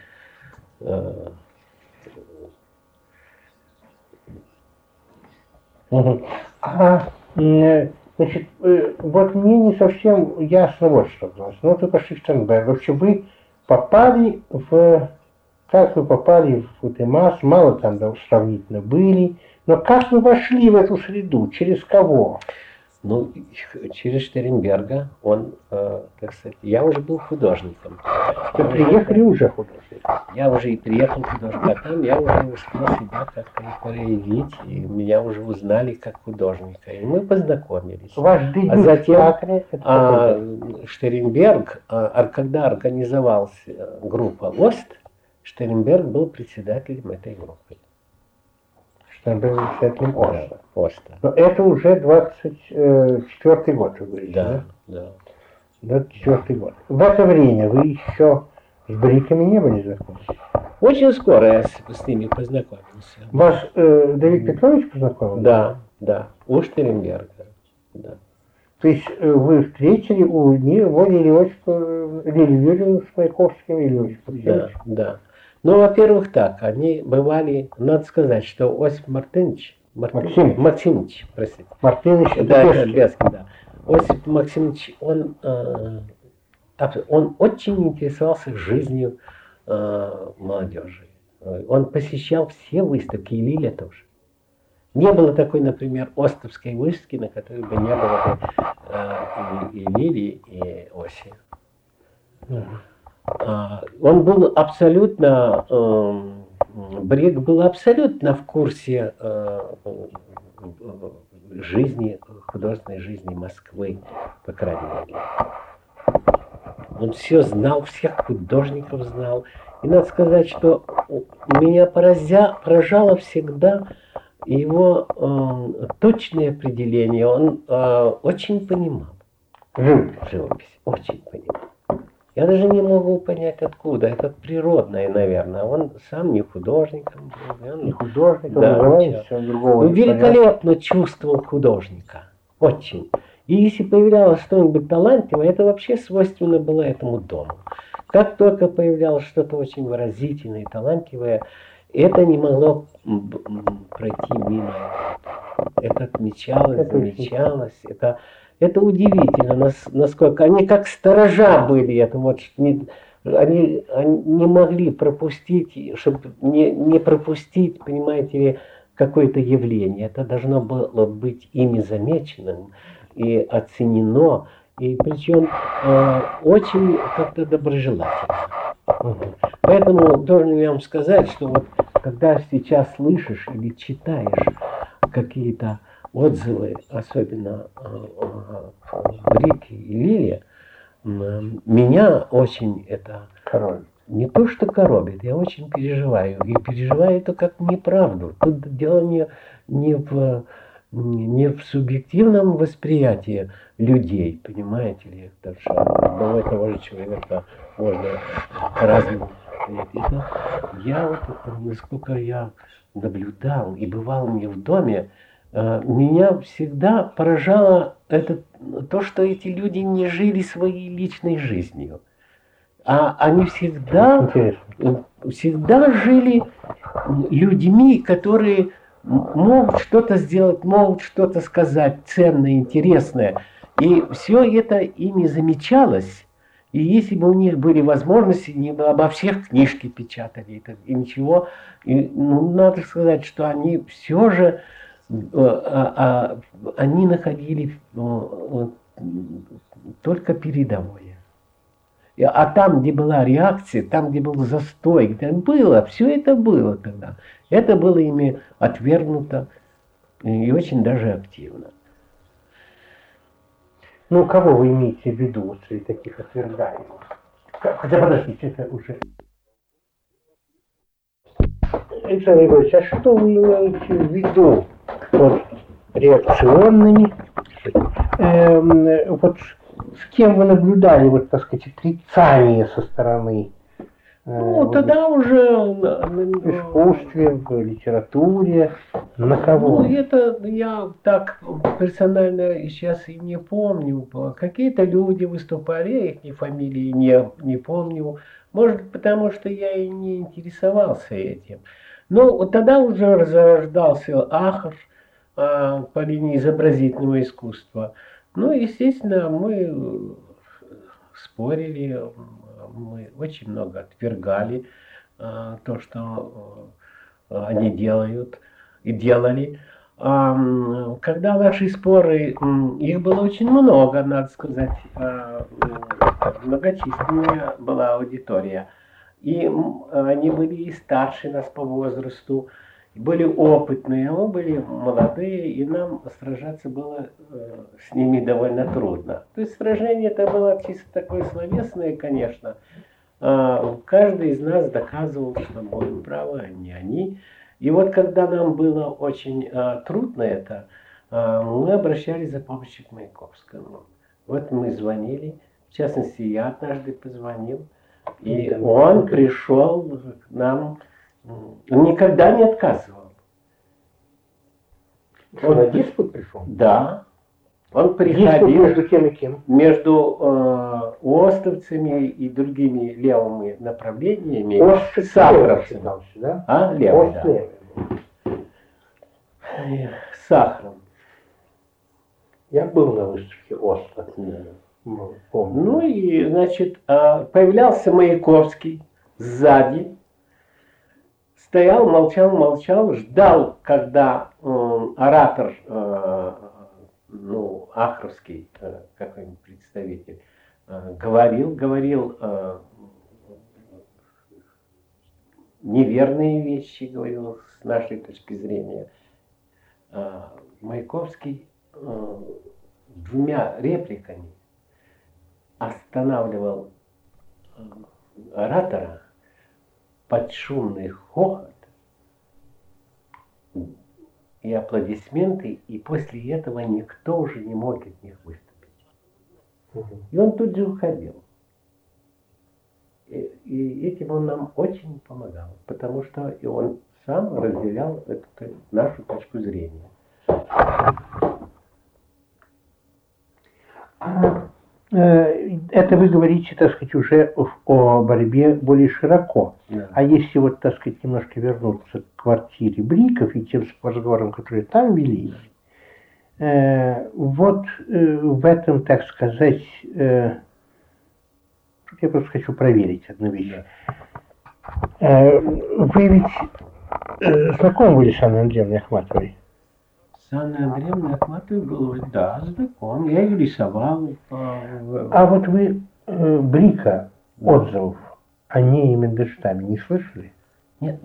Значит, вот мне не совсем ясно вот что. Ну, только Штернберг. Вообще вы попали в... Как вы попали в УТМАС? Мало там да, сравнительно были. Но как вы вошли в эту среду? Через кого? Ну, через Штернберга. Он, так сказать, я уже был художником. Вы приехали уже художником? Я уже и приехал художником. А там я уже успел себя как-то проявить. И меня уже узнали как художника. И мы познакомились. Ваш дебют в театре? Штернберг, когда организовалась группа ОСТ, Штернберг был председателем этой группы. Штернберг был председателем ОСТа. ОСТа. Но это уже 24-й год, вы говорите, да? Да. 24-й год. В это время вы еще с Бриками не были знакомы? Очень скоро я с ними познакомился. Вас Давид Петрович познакомил? Да, да. У Штернберга. Да. То есть вы встретили у него Лилию Юрьевну с Маяковским или Да, да. Ну, во-первых, так, они бывали, надо сказать, что Осип Максимович, простите. Мартынович, да, Бескин, да. Осип Максимович, он очень интересовался жизнью молодежи. Он посещал все выставки, и Лиля тоже. Не было такой, например, Островской выставки, на которой бы не было бы и Лили, и Оси. Он был абсолютно, Брик был абсолютно в курсе жизни, художественной жизни Москвы, по крайней мере. Он все знал, всех художников знал. И надо сказать, что меня поражало всегда его точное определение. Он очень понимал живопись, очень понимал. Я даже не могу понять, откуда. Это природное, наверное. Он сам не художником был. Не художником, да, другого. Он великолепно чувствовал художника. Очень. И если появлялось что-нибудь талантливое, это вообще свойственно было этому дому. Как только появлялось что-то очень выразительное и талантливое, это не могло пройти мимо. Это отмечалось, замечалось. Это удивительно, насколько они как сторожа были. Это вот, они не могли пропустить, чтобы не пропустить, понимаете ли, какое-то явление. Это должно было быть ими замеченным и оценено, и причем очень как-то доброжелательно. Поэтому должен я вам сказать, что вот когда сейчас слышишь или читаешь какие-то отзывы, особенно Брик и Лилия, меня очень это коробит. Не то что коробит, я очень переживаю. И переживаю это как неправду. Тут дело не в субъективном восприятии людей, понимаете ли, потому что одного и того же человека можно по-разному восприять. Я вот, насколько я наблюдал и бывал мне в доме, меня всегда поражало то, что эти люди не жили своей личной жизнью. А они всегда жили людьми, которые могут что-то сделать, могут что-то сказать ценное, интересное. И все это ими замечалось. И если бы у них были возможности, не бы обо всех книжки печатали и ничего. И, надо сказать, что они все же они находили только передовое. А там, где была реакция, там, где был застой, где было, все это было тогда. Это было ими отвергнуто и очень даже активно. Ну, кого вы имеете в виду вот среди таких отвергаемых? Хотя, подождите, это уже... Александр Григорьевич, а что вы имеете в виду вот реакционными? Вот с кем вы наблюдали, вот, так сказать, отрицание со стороны? Тогда уже в искусстве, в литературе, на кого? Это я так персонально сейчас и не помню. Какие-то люди выступали, я их фамилии не помню. Может, потому что я и не интересовался этим. Но тогда уже зарождался Ахов по линии изобразительного искусства. Естественно, мы спорили, мы очень много отвергали то, что они делают и делали. Когда наши споры, их было очень много, надо сказать, многочисленная была аудитория. И они были и старше нас по возрасту, были опытные, а мы были молодые, и нам сражаться было с ними довольно трудно. То есть сражение это было чисто такое словесное, конечно. Каждый из нас доказывал, что мы правы, а не они. И вот когда нам было очень трудно это, мы обращались за помощью к Маяковскому. Вот мы звонили, в частности, я однажды позвонил, и он пришел к нам, он никогда не отказывал. Он на диспут пришел? Да. Он приходил между кем и кем? Между островцами и другими левыми направлениями. Сахаровцами. Да? А? Левый, да. Сахаром. Я был на выставке «Остров». Ну и, значит, появлялся Маяковский сзади. Стоял, молчал, ждал, когда оратор, ахровский какой-нибудь представитель, говорил неверные вещи, говорил с нашей точки зрения. Маяковский двумя репликами останавливал оратора под шумный хохот и аплодисменты, и после этого никто уже не мог от них выступить. И он тут же уходил. И этим он нам очень помогал, потому что и он сам разделял эту нашу точку зрения. Это вы говорите, так сказать, уже о борьбе более широко. Да. А если вот, так сказать, немножко вернуться к квартире Бриков и тем разговорам, которые там вели, вот в этом, так сказать, я просто хочу проверить одну вещь. Вы ведь знакомы были с Анной Андреевной Ахматовой? С Анной Андреевной Ахматовой был, да, знаком. Я ее рисовал. А вот вы Брика отзывов о ней и Мандельштаме не слышали? Нет.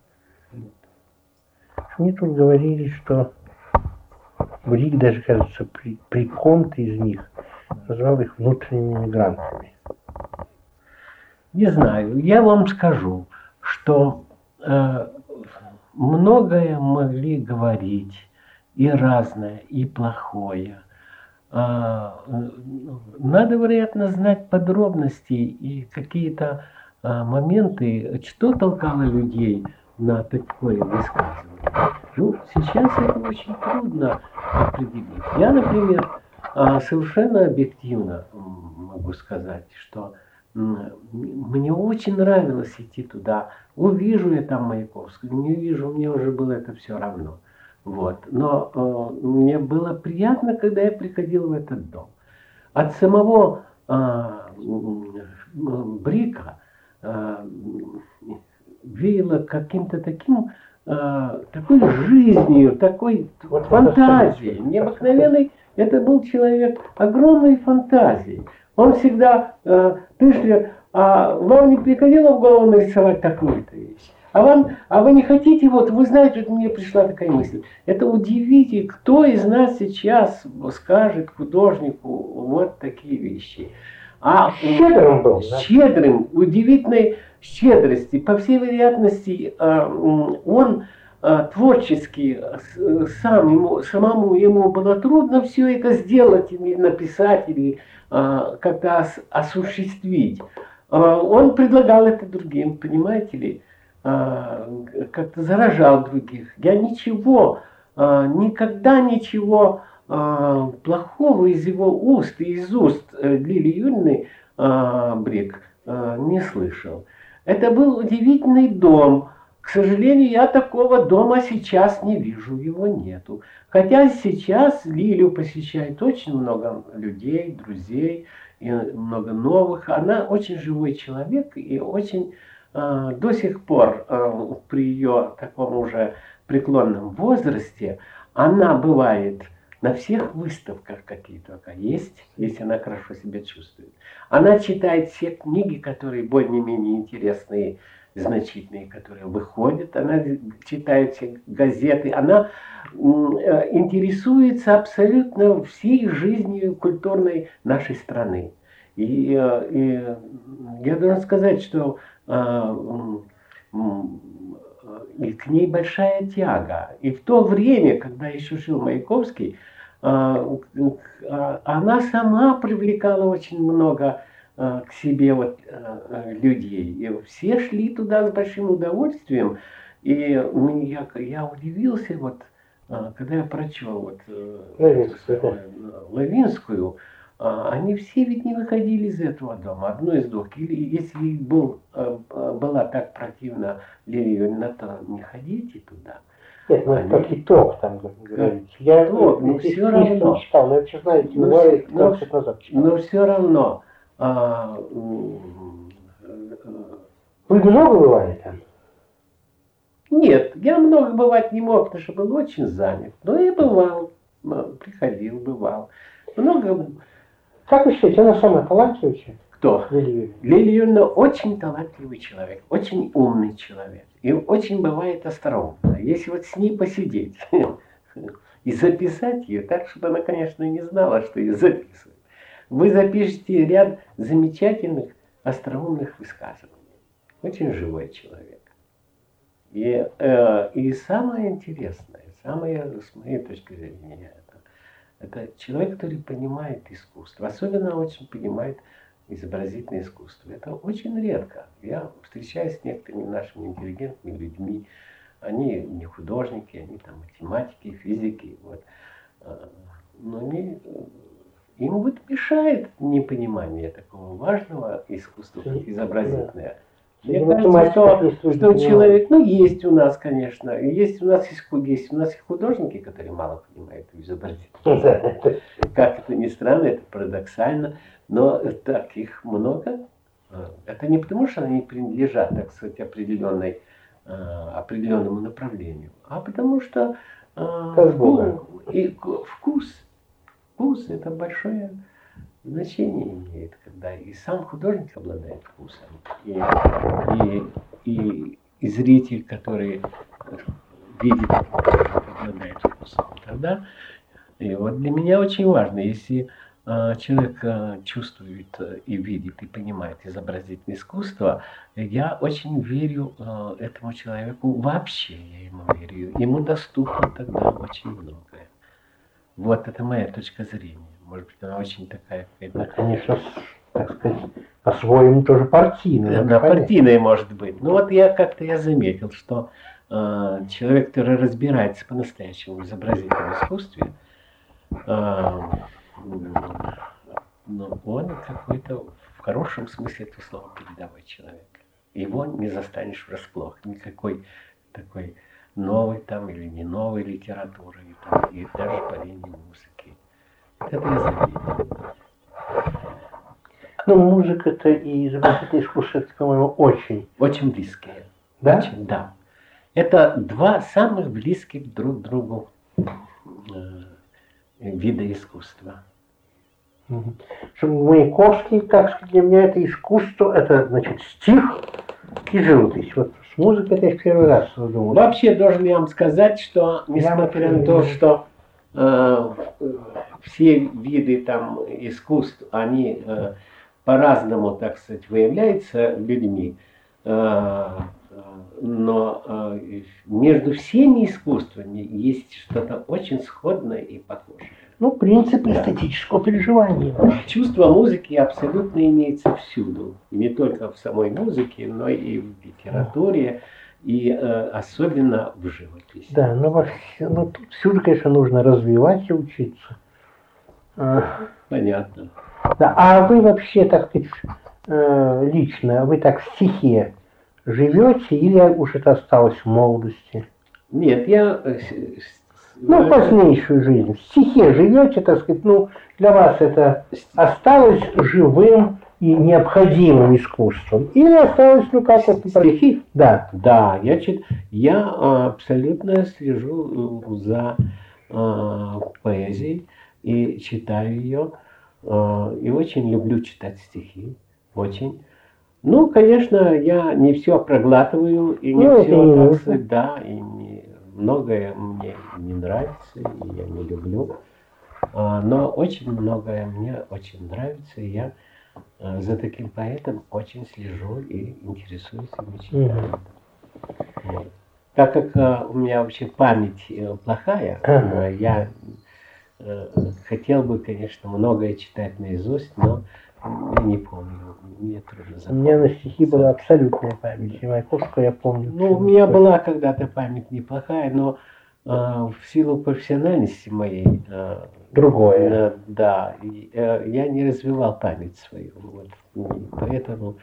Мне тут говорили, что Брик даже, кажется, при ком-то из них назвал их внутренними мигрантами. Не знаю. Я вам скажу, что многое могли говорить, и разное, и плохое. Надо, вероятно, знать подробности и какие-то моменты, что толкало людей на такое высказывание. Ну, сейчас это очень трудно определить. Я, например, совершенно объективно могу сказать, что мне очень нравилось идти туда. Увижу я там Маяковского, не увижу, мне уже было это все равно. Вот. Но мне было приятно, когда я приходил в этот дом. От самого Брика веяло каким-то такой жизнью, такой вот фантазией. Необыкновенной. Это был человек огромной фантазии. Он всегда, вам не приходило в голову нарисовать такую-то вещь? А вы не хотите, вот вы знаете, мне пришла такая мысль. Это удивительно, кто из нас сейчас скажет художнику вот такие вещи. Щедрым был. Щедрым, удивительной щедрости. По всей вероятности, он творчески, самому ему было трудно все это сделать, или написать, или как-то осуществить. Он предлагал это другим, понимаете ли? Как-то заражал других. Я никогда ничего плохого из его уст и из уст Лилии Юрьевны Брик не слышал. Это был удивительный дом. К сожалению, я такого дома сейчас не вижу, его нету. Хотя сейчас Лилию посещает очень много людей, друзей, и много новых. Она очень живой человек и очень до сих пор при ее таком уже преклонном возрасте она бывает на всех выставках, какие только есть, если она хорошо себя чувствует. Она читает все книги, которые более-менее интересные, значительные, которые выходят. Она читает все газеты. Она интересуется абсолютно всей жизнью культурной нашей страны. И я должен сказать, что и к ней большая тяга. И в то время, когда еще жил Маяковский, она сама привлекала очень много к себе людей. И все шли туда с большим удовольствием. И я удивился, когда я прочел Лавинскую, они все ведь не выходили из этого дома, одно из двух. Или если была так противна Лилия Юрьевна, то не ходите туда. Нет, ну как итог там говорится. Я все равно читал, но это, знаете, бывает 20 лет назад читал. Но все равно. Вы много бывали там? Нет, я много бывать не мог, потому что был очень занят. Но я бывал, приходил, бывал. Много. Как вы считаете, она самая талантливая? Кто? Лилия Юрьевна очень талантливый человек, очень умный человек. И очень бывает остроумно. Если вот с ней посидеть и записать ее так, чтобы она, конечно, не знала, что ее записывают. Вы запишете ряд замечательных остроумных высказываний. Очень живой человек. И самое интересное, с моей точки зрения, это человек, который понимает искусство. Особенно очень понимает изобразительное искусство. Это очень редко. Я встречаюсь с некоторыми нашими интеллигентными людьми. Они не художники, они там математики, физики. Вот. Но им вот мешает непонимание такого важного искусства, как изобразительное. Мне кажется, что человек, есть у нас, конечно, есть у нас и художники, которые мало понимают изобразительное. Как это ни странно, это парадоксально, но таких много. Это не потому, что они принадлежат, так сказать, определенному направлению, а потому что вкус это большое значение имеет, когда и сам художник обладает вкусом, и зритель, который видит, обладает вкусом. Тогда, и вот для меня очень важно, если человек чувствует и видит, и понимает изобразительное искусство, я очень верю этому человеку, вообще я ему верю, ему доступно тогда очень многое. Вот это моя точка зрения. Может быть, она очень такая какая-то... Конечно, так сказать, по-своему тоже партийная. Да, партийная может быть. Ну вот я заметил, что человек, который разбирается по-настоящему в изобразительном искусстве, он какой-то в хорошем смысле этого слова передовой человек. Его не застанешь врасплох. Никакой такой новой там или не новой литературы, и даже по линии музыки. Это я заметил. Ну, музыка-то и изобразительное искусство, это, по-моему, очень... Очень близкие. Да? Очень, да. Это два самых близких друг к другу вида искусства. Маяковский, так сказать, для меня это искусство, это, значит, стих и живопись. Вот с музыкой это я в первый раз думал. Вообще, должен я вам сказать, что, несмотря на то, что все виды там искусств, они по-разному, так сказать, выявляются людьми, но между всеми искусствами есть что-то очень сходное и похожее. Ну, принцип эстетического переживания. Чувство музыки абсолютно имеется всюду. Не только в самой музыке, но и в литературе, и особенно в живописи. Да, но тут всюду, конечно, нужно развивать и учиться. Понятно. Да, а вы вообще, так сказать, лично, вы так в стихе живете или уж это осталось в молодости? Нет, я... позднейшую жизнь. В стихе живете, так сказать, для вас это осталось живым и необходимым искусством? Или осталось, как вот... Стихи? Да. Да, я абсолютно слежу за поэзией и читаю ее. И очень люблю читать стихи. Очень. Конечно, я не все проглатываю, и не все, так сказать, да, и многое мне не нравится, и я не люблю. Но очень многое мне очень нравится, и я за таким поэтом очень слежу и интересуюсь им читаю. Так как у меня вообще память плохая, я хотел бы, конечно, многое читать наизусть, но не помню, мне трудно запомнить. У меня на стихи была абсолютная память, и Маяковского я помню. У меня была когда-то память неплохая, но в силу профессиональности моей, другое. Да, я не развивал память свою. Вот, поэтому...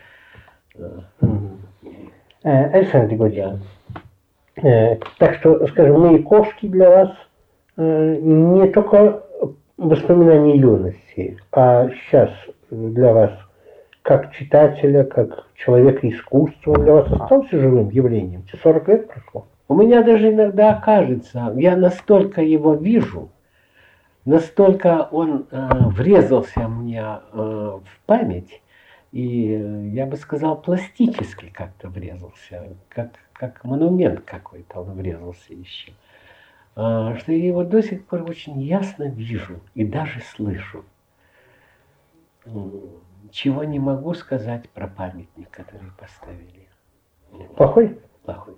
Александр Григорьевич, так что, скажем, Маяковский для вас не только воспоминания юности, а сейчас для вас, как читателя, как человека искусства, он для вас остался живым явлением? 40 лет прошло? У меня даже иногда кажется, я настолько его вижу, настолько он врезался мне в память, и я бы сказал, пластически как-то врезался, как монумент какой-то он врезался еще, что я его до сих пор очень ясно вижу и даже слышу. Чего не могу сказать про памятник, который поставили. Плохой? Плохой.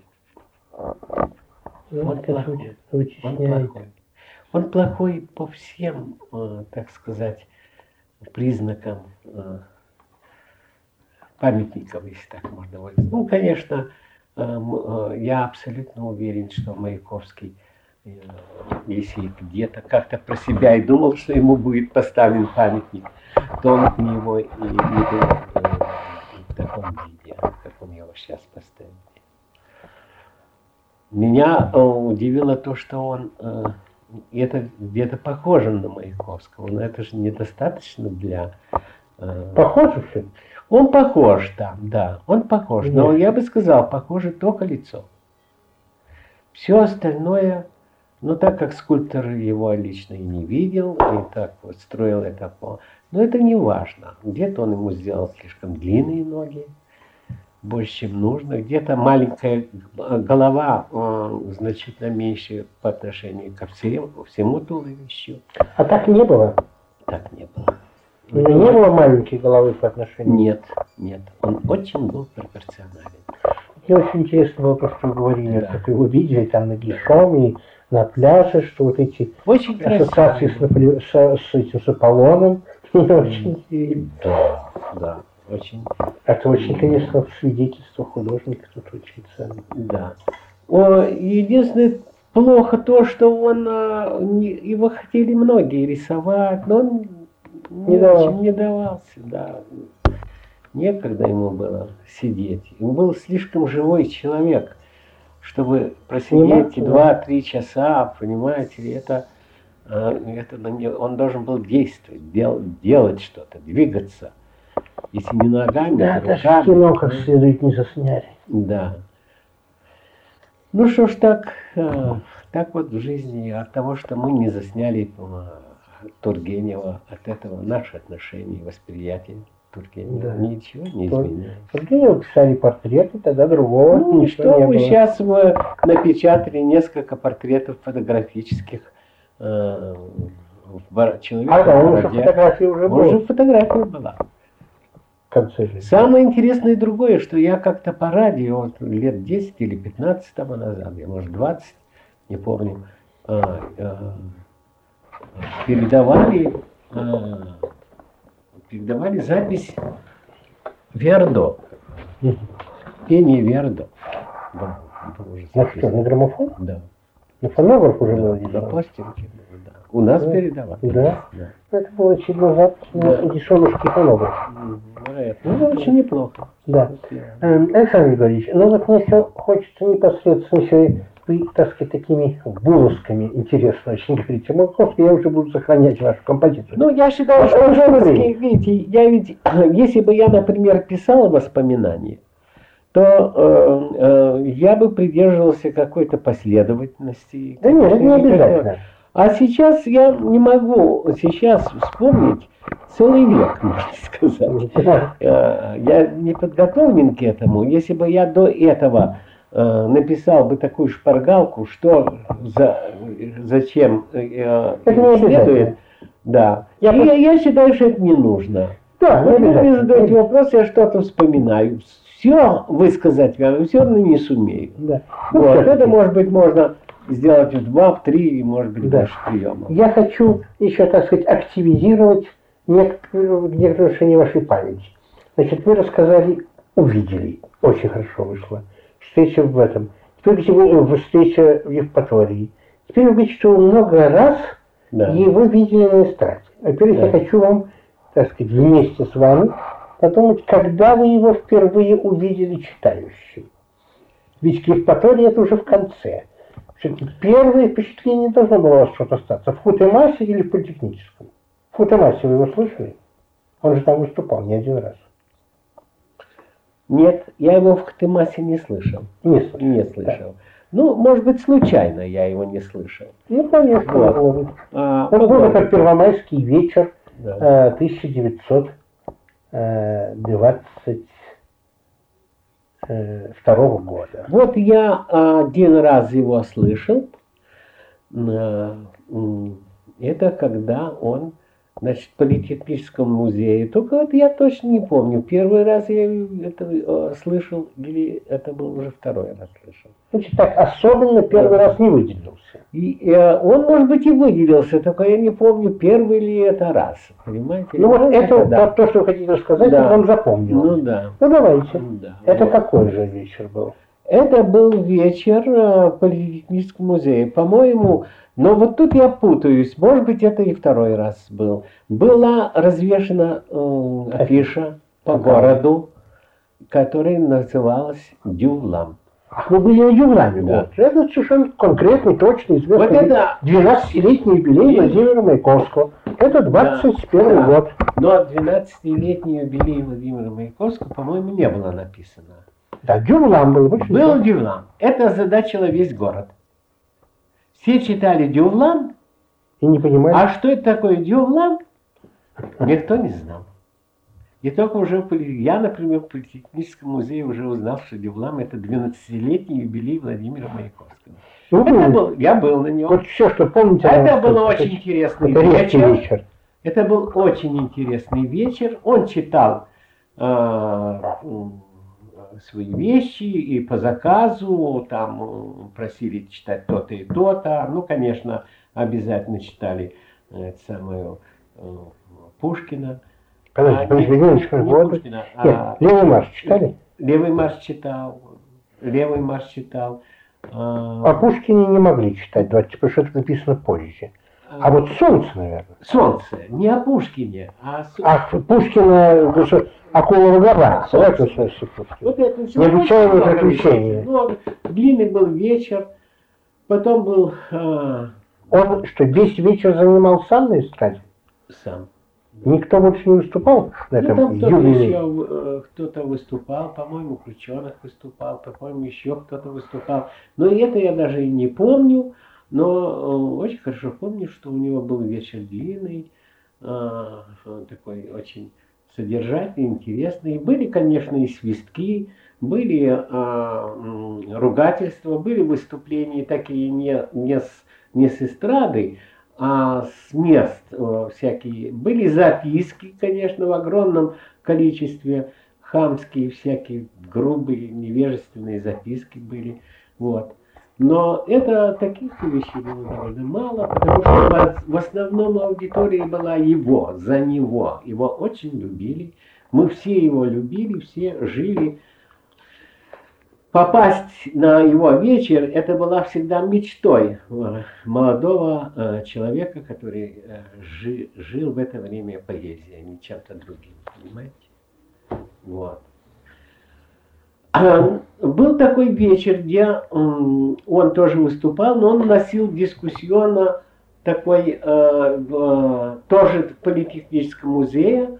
Он плохой. Он плохой. Он плохой по всем, так сказать, признакам памятников, если так можно выразить. Ну, конечно, я абсолютно уверен, что Маяковский, если где-то как-то про себя и думал, что ему будет поставлен памятник, то он его и не был в таком виде, как он его сейчас поставил. Меня удивило то, что он, это где-то похоже на Маяковского, но это же недостаточно для... Похоже все? Он похож, да, он похож, но я бы сказал, похоже только лицо. Все остальное, ну так как скульптор его лично и не видел, и так вот строил это но это не важно. Где-то он ему сделал слишком длинные ноги, больше, чем нужно. Где-то маленькая голова значительно меньше по отношению ко всему туловищу. А так не было? Так не было. Не было маленькой головы по отношению? Нет. Он очень был пропорционален. Мне очень интересно было то, что вы говорили, как вы его видели там на Гишоме, на пляже, что вот эти очень ассоциации с этим, с Аполлоном. Очень да, очень. Это очень, конечно, свидетельство художника тут очень ценно. Да. Единственное, плохо то, что его хотели многие рисовать, но он не давался, да. Некогда ему было сидеть. Он был слишком живой человек, чтобы просидеть 2-3 часа, понимаете, он должен был действовать, делать что-то, двигаться. Если не ногами, да, то даже в кино как следует не засняли. Да. Ну что ж, так вот в жизни, от того, что мы не засняли Тургенева, от этого наши отношения, восприятие Тургенева, ничего не изменилось. Тургенева писали портреты, тогда другого ничего не было. Сейчас мы напечатали несколько портретов фотографических человека. Уже фотография уже фотография была. В конце жизни. Самое интересное другое, что я как-то по радио, лет 10 или 15 тому назад, я может 20, не помню, передавали запись Вердо. Пение Вердо. На что, на граммофон? Да. На фонограф уже было? На пластинке. Да. У нас передавали. Да? Это было чуть назад, дешевушки фонограф. Ну, очень неплохо. Да. Александр Григорьевич, ну вот мне все хочется непосредственно еще вы, так сказать, такими булосками интересно очень говорите. Маяковский, я уже буду сохранять вашу композицию. Ну, я считаю, что видите, если бы я, например, писал воспоминания, то я бы придерживался какой-то последовательности. Да нет, это не обязательно. А сейчас я не могу вспомнить целый век, можно сказать. Я не подготовлен к этому. Если бы я до этого написал бы такую шпаргалку, что зачем следует, да. Я считаю, что это не нужно. Да, вы мне задаете вопрос, я что-то вспоминаю. Все высказать я все равно не сумею. Да. Вот, это, может быть, можно сделать в 2, в 3 и, может быть, даже приемов. Я хочу еще, так сказать, активизировать некоторые отношения вашей памяти. Значит, вы рассказали, увидели, очень хорошо вышло, встреча в этом. Теперь встреча в Евпатории. Теперь вы говорите, что вы много раз его видели на эстраде. Во-первых, я хочу вам, так сказать, вместе с вами подумать, когда вы его впервые увидели читающим. Ведь к Евпатории это уже в конце. Все-таки первое впечатление должно было у вас что-то остаться. В Хутемасе или в Политехническом? В Хутемасе вы его слышали? Он же там выступал не один раз. Нет, я его в Хутемасе не слышал. Не слышал. Да. Ну, может быть, случайно я его не слышал. Ну, конечно. Вот. Он был как Первомайский вечер 1922 года. Вот я один раз его слышал. Это когда он, значит, в Политехническом музее. Только вот я точно не помню, первый раз я это слышал или это был уже второй раз слышал. Значит, так особенно первый раз не выделился. И он, может быть, и выделился, только я не помню, первый ли это раз. Понимаете? Ну вот это то, что вы хотите рассказать, я вам запомнил. Ну да. Ну давайте. Да. Это какой же вечер был? Это был вечер в Политехническом музее. По-моему, но вот тут я путаюсь. Может быть, это и второй раз был. Была развешена афиша по городу, которая называлась «Дювлам». Ах, вы были на Дювламе. Да. Вот. Это совершенно конкретный, точно известный вот это 12-летний юбилей Владимира Маяковского. Это 21 год. Но 12-летний юбилей Владимира Маяковского, по-моему, не было написано. Да, Дювлам был. Был Дювлам. Это озадачило весь город. Все читали Дювлам. И не понимали. А что это такое Дювлам, никто не знал. И только уже я, например, в Политехническом музее уже узнал, что Дювлам это 12-летний юбилей Владимира Маяковского. Я был на нем. Вот все, что помните. Это был очень интересный вечер. Это был очень интересный вечер. Он читал свои вещи и по заказу, там просили читать то-то и то-то. Ну, конечно, обязательно читали самую Пушкина. Подождите, не Пушкина, Левый марш читали? Левый марш читал. О Пушкине не могли читать, потому что это написано позже. А вот «Солнце», наверное. «Солнце», не о Пушкине, а Пушкина, Акулова гора. Вот это все. Необычайное приключение. Ну, длинный был вечер, потом был... Он что, весь вечер занимал сам на эстраде? Сам. Никто больше не выступал на этом юбилее? Кто-то выступал, по-моему, Крученых выступал, по-моему, еще кто-то выступал. Но это я даже и не помню, но очень хорошо помню, что у него был вечер длинный, такой очень содержательный, интересный. Были, конечно, и свистки, были ругательства, были выступления такие не с эстрады, а с мест всякие. Были записки, конечно, в огромном количестве, хамские всякие, грубые, невежественные записки были. Вот. Но это таких вещей было довольно мало, потому что в основном аудитория была его, за него. Его очень любили. Мы все его любили, все жили. Попасть на его вечер, это была всегда мечтой молодого человека, который жил в это время поэзией, а не чем-то другим, понимаете? Вот. Был такой вечер, где он тоже выступал, но он носил дискуссионно такой, тоже в Политехническом музее,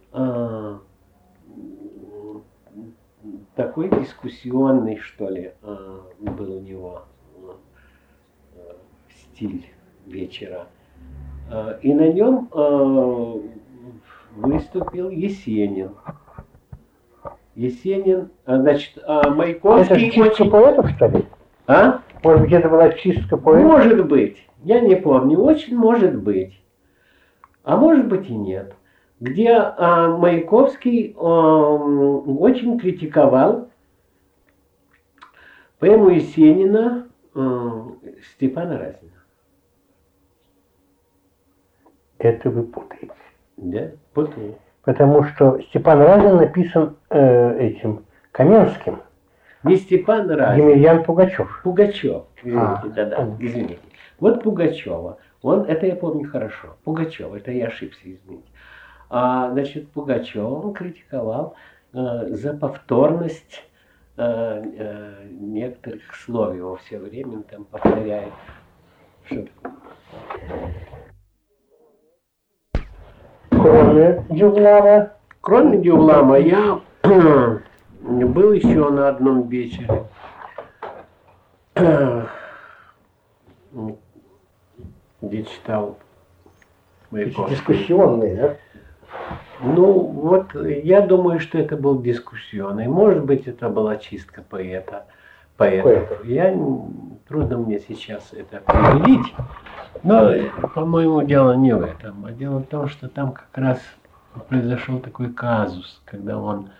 такой дискуссионный, что ли, был у него стиль вечера. И на нем выступил Есенин. Значит, Маяковский... Это чистка поэтов, что ли? А? Может быть, это была чистка поэтов? Может быть. Я не помню. Очень может быть. А может быть и нет. Где Маяковский очень критиковал поэму Есенина Степана Разина. Это вы путаете. Да, путаю. Потому что Степан Разин написан этим Каменским. Не Степан Разин. Емельян Пугачев. Извините, да-да, извините. Вот Пугачева, это я помню хорошо. Пугачева, это я ошибся, извините. Значит, Пугачева он критиковал за повторность некоторых слов, его все время там повторяет. Кроме Дювлама, я был еще на одном вечере, где читал Маяковский. Дискуссионный, да? Ну, вот, я думаю, что это был дискуссионный. Может быть, это была чистка поэтов. Трудно мне сейчас это определить. Но, по-моему, дело не в этом. А дело в том, что там как раз произошел такой казус, когда он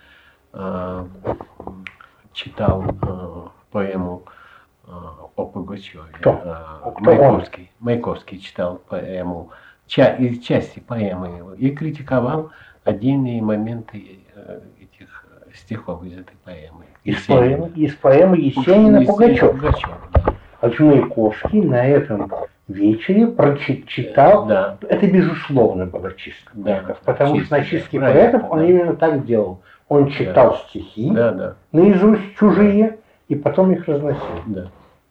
читал поэму о Пугачеве. Маяковский читал поэму, части поэмы его, и критиковал отдельные моменты этих стихов из этой поэмы. Из поэмы Есенина Пугачев. Да. А Маяковский на этом вечере прочитал, да. Это безусловно было чистка поэтов, потому что на чистке поэтов он именно так делал. Он читал стихи наизусть чужие и потом их разносил. Да.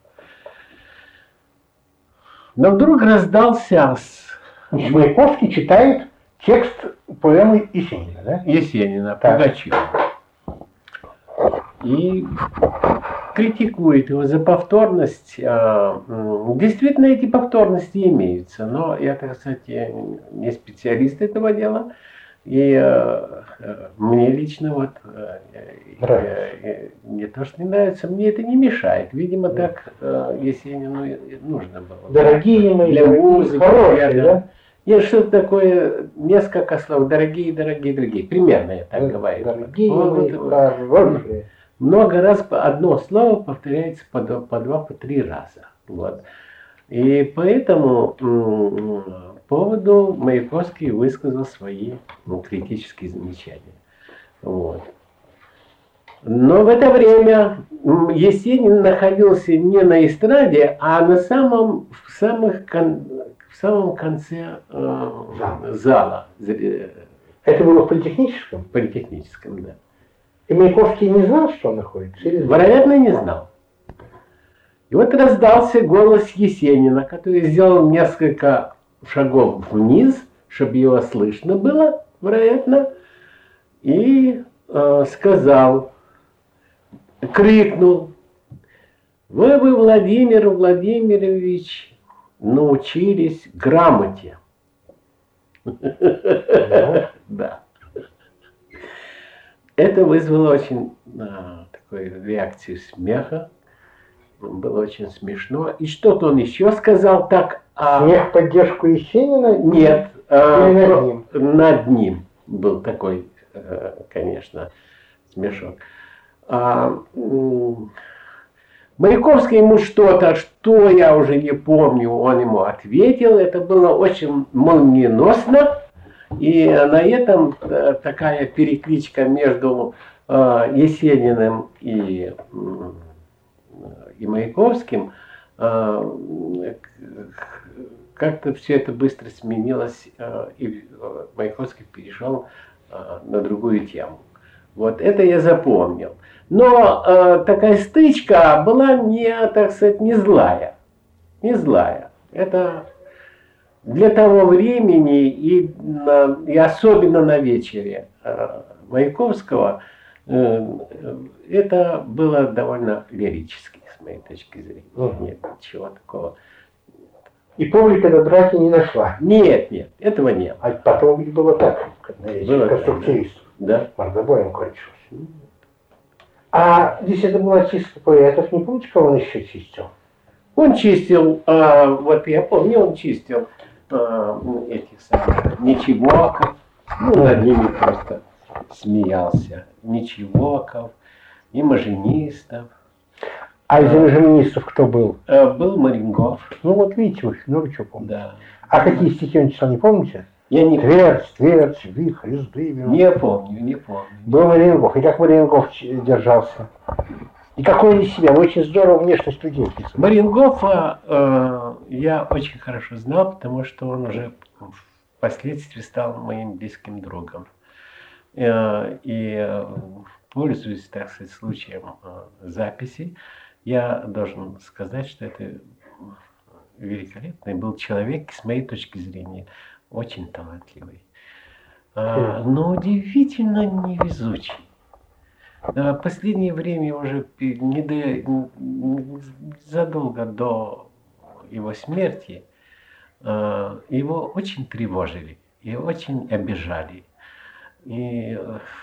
Но вдруг раздался... Маяковский читает текст поэмы Есенина, да? Есенина, Пугачева. И критикует его за повторность. Действительно, эти повторности имеются, но я, так сказать, не специалист этого дела. И мне лично вот не то, что не нравится, мне это не мешает. Видимо, так Есенину нужно было. Дорогие мои, для музыки, хорошие, да? Есть что-то такое, несколько слов, дорогие. Примерно я так говорю. Дорогие мои, хорошие. Много раз одно слово повторяется по 2, по 3 раза. Вот. И по этому поводу Маяковский высказал свои критические замечания. Вот. Но в это время Есенин находился не на эстраде, а в самом конце зала. Это было в политехническом? В политехническом, да. И Маяковский не знал, что он находится? Вероятно, не знал. И вот раздался голос Есенина, который сделал несколько шагов вниз, чтобы его слышно было, вероятно, и крикнул: вы, Владимир Владимирович, научились грамоте. Да. Это вызвало очень такую реакцию смеха. Было очень смешно. И что-то он еще сказал так. Смех в поддержку Есенина? Нет. Над ним? Над ним был такой, конечно, смешок. Маяковский ему что-то, что я уже не помню, он ему ответил. Это было очень молниеносно. И на этом такая перекличка между Есениным и Маяковским, как-то все это быстро сменилось, и Маяковский перешел на другую тему. Вот это я запомнил. Но такая стычка была так сказать, не злая. Не злая. Это для того времени и особенно на вечере Маяковского это было довольно лирически, с моей точки зрения. Нет ничего такого. И публика до драки не нашла? Нет, этого нет. А потом было так, было конструктивистов. Да. Мордобоем кончилось. А здесь это была чистка поэтов, не помните, кого он еще чистил? Он чистил, вот я помню, он чистил этих самых Ничегоков, над ними просто смеялся. Ничегоков, и Маженистов. А из маженистов кто был? Был Марингов. Ну вот видите, вы много чего помните. Да. А какие стихи он читал, не помните? Я не помню. Твердь, вихрь, издыбин. Не помню. Был Марингов. И как Марингов держался? И какой он из себя? Очень здорово внешность людей писал. Марингофа я очень хорошо знал, потому что он уже впоследствии стал моим близким другом. И пользуясь, так сказать, случаем записи, я должен сказать, что это великолепный был человек, с моей точки зрения, очень талантливый, но удивительно невезучий. В последнее время, уже задолго до его смерти, его очень тревожили и очень обижали. И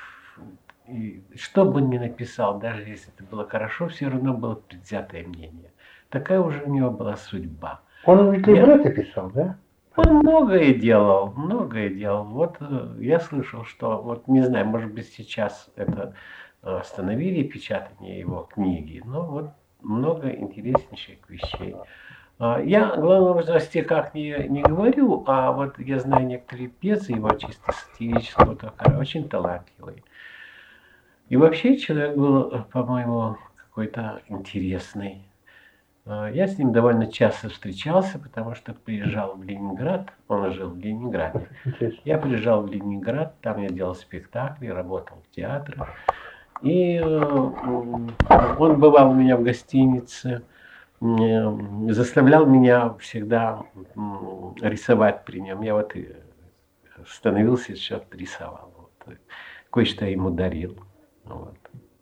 что бы он ни написал, даже если это было хорошо, все равно было предвзятое мнение. Такая уже у него была судьба. Он ведь либретто писал, да? Он многое делал, многое делал. Вот я слышал, что, вот не знаю, может быть сейчас это остановили печатание его книги, но вот много интереснейших вещей. Я, главное, о стихах не говорю, а вот я знаю некоторые пьесы его чисто сатирического тока, очень талантливые. И вообще человек был, по-моему, какой-то интересный. Я с ним довольно часто встречался, потому что приезжал в Ленинград, он жил в Ленинграде. Я приезжал в Ленинград, там я делал спектакли, работал в театре. И он бывал у меня в гостинице, заставлял меня всегда рисовать при нем. Я вот становился, что-то рисовал. Вот. Кое-что ему дарил. Вот.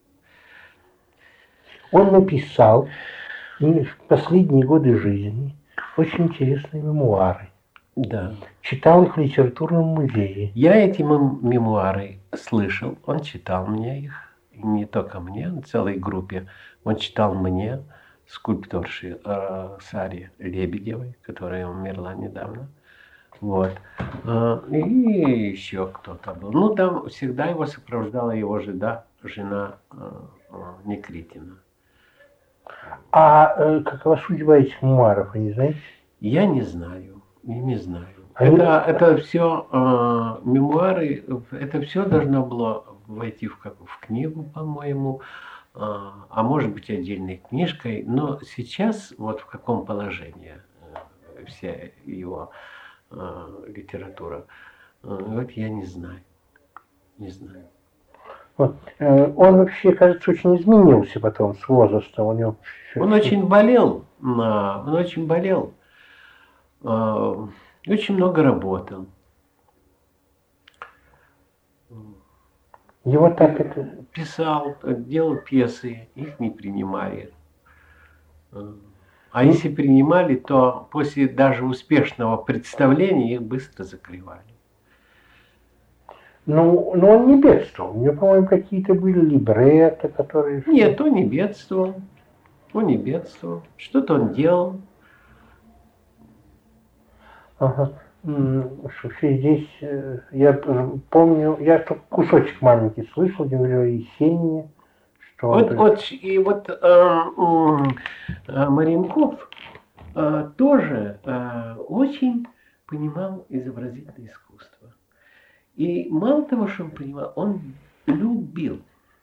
Он написал в последние годы жизни очень интересные мемуары. Да. Читал их в литературном музее. Я эти мемуары слышал, он читал мне их. И не только мне, а целой группе. Он читал мне, скульпторши Саре Лебедевой, которая умерла недавно. Вот. И еще кто-то был. Ну, там всегда его сопровождала его жена Некритина. А какова судьба этих мемуаров, вы не знаете? Я не знаю, не знаю. Это все мемуары, это все должно было войти в книгу, по-моему, а может быть отдельной книжкой, но сейчас вот в каком положении вся его литература, вот я не знаю, не знаю. Вот. Он вообще, кажется, очень изменился потом с возрастом. Он очень болел, очень много работал. Его так это... Писал, делал пьесы, их не принимали. А если принимали, то после даже успешного представления их быстро закрывали. Ну, он не бедствовал. У него, по-моему, какие-то были либретто, которые... Нет, он не бедствовал. Он не бедствовал. Что-то он делал. Ага. Вообще здесь, я помню, я только кусочек маленький слышал, где говорил о Есенине. Маренков тоже очень понимал изобразительное искусство. И мало того, что он понимал, он любил.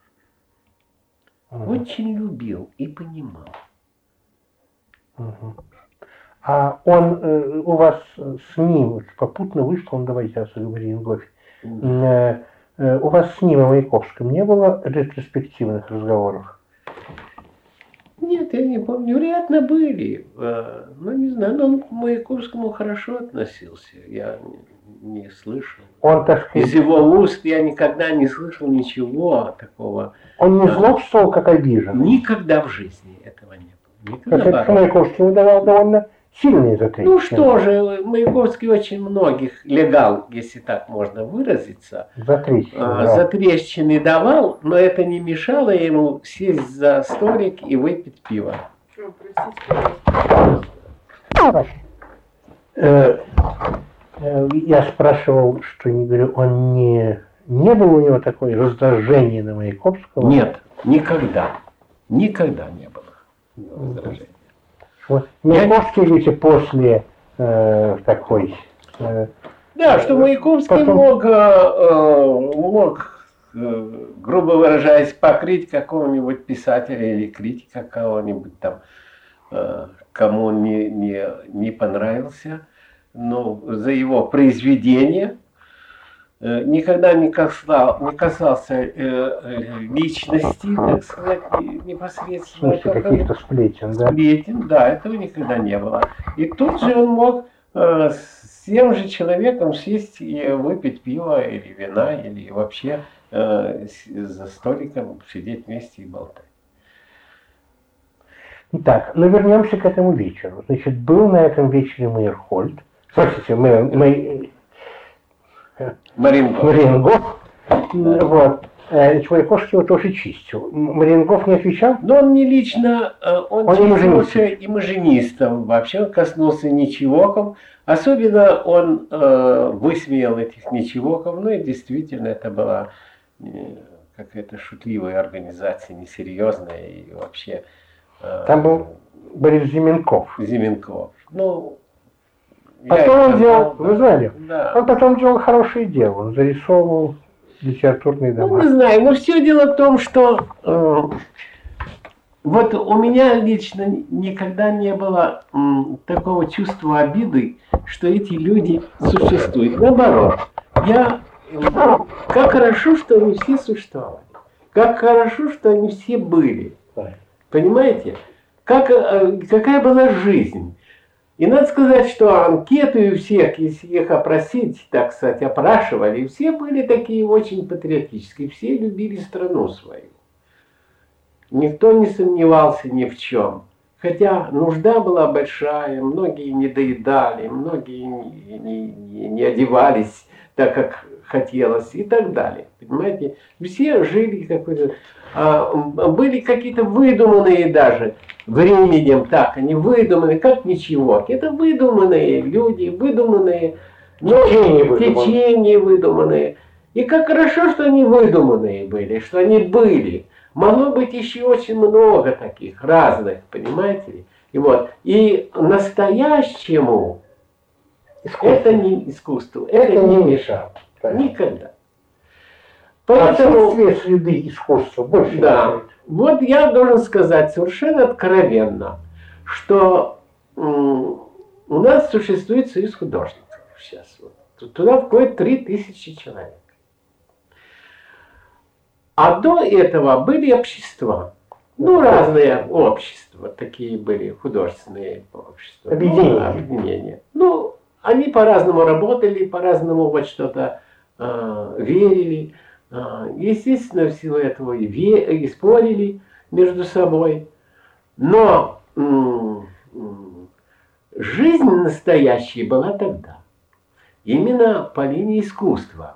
Очень любил и понимал. А он у вас с ним, попутно вышел, давайте о Марингофе, у вас с ним о Маяковском не было ретроспективных разговоров? Нет, я не помню. Вероятно, были. Но не знаю, но он к Маяковскому хорошо относился. Я не слышал. Он, так сказать, из его уст я никогда не слышал ничего такого. Он не злобствовал, как обиженный? Никогда в жизни этого не было. Никогда. Маяковский выдавал довольно сильные затрещины. Ну что же, Маяковский очень многих легал, если так можно выразиться. Затрещины давал, но это не мешало ему сесть за столик и выпить пиво. Я спрашивал, что не говорю, он не было у него такое раздражение на Маяковского? Нет, никогда. Никогда не было раздражения. Вот. Маяковский ведь после такой... Да, что Маяковский мог грубо выражаясь, покрыть какого-нибудь писателя или критика кого-нибудь там, кому он не понравился, но за его произведение никогда не касался личности, так сказать, непосредственно. В смысле каких-то сплетен, да? Сплетен, да, этого никогда не было. И тут же он мог с тем же человеком сесть и выпить пиво или вина, или вообще за столиком сидеть вместе и болтать. Итак, но вернемся к этому вечеру. Значит, был на этом вечере Мейерхольд. Слушайте, Мариенгоф. Вот. Чайковский его тоже чистил. Мариенгоф не отвечал? Но он не лично, он коснулся имажинистов, вообще он коснулся ничевоков. Особенно он высмеял этих ничевоков. Ну и действительно это была какая-то шутливая организация, несерьезная и вообще... Там был Борис Зименков. Ну, потом он делал, вы знали, да. Он потом делал хорошее дело, он зарисовывал литературные дома. Ну, не знаю, но все дело в том, что вот у меня лично никогда не было такого чувства обиды, что эти люди существуют. Наоборот, как хорошо, что они все существовали, как хорошо, что они все были. Понимаете? Какая была жизнь. И надо сказать, что анкеты у всех, если их опросить, так сказать, опрашивали, все были такие очень патриотические, все любили страну свою. Никто не сомневался ни в чем. Хотя нужда была большая, многие не доедали, многие не одевались так, как хотелось и так далее. Понимаете? Все жили какой-то... были какие-то выдуманные даже временем, так, они выдуманные, как ничего. Это выдуманные люди, выдуманные течения выдуманные. И как хорошо, что они выдуманные были, что они были. Могло быть еще очень много таких разных, понимаете ли? И настоящему это не искусство, это не мешало. Никогда. Поэтому отсутствие среды искусства больше. Да. Вот я должен сказать совершенно откровенно, что у нас существует союз художников сейчас. Туда входит 3000 человек. А до этого были общества. Ну, разные общества, такие были художественные общества. Объединения. Ну, они по-разному работали, по-разному вот что-то верили. Естественно, в силу этого и спорили между собой. Но жизнь настоящая была тогда. Именно по линии искусства.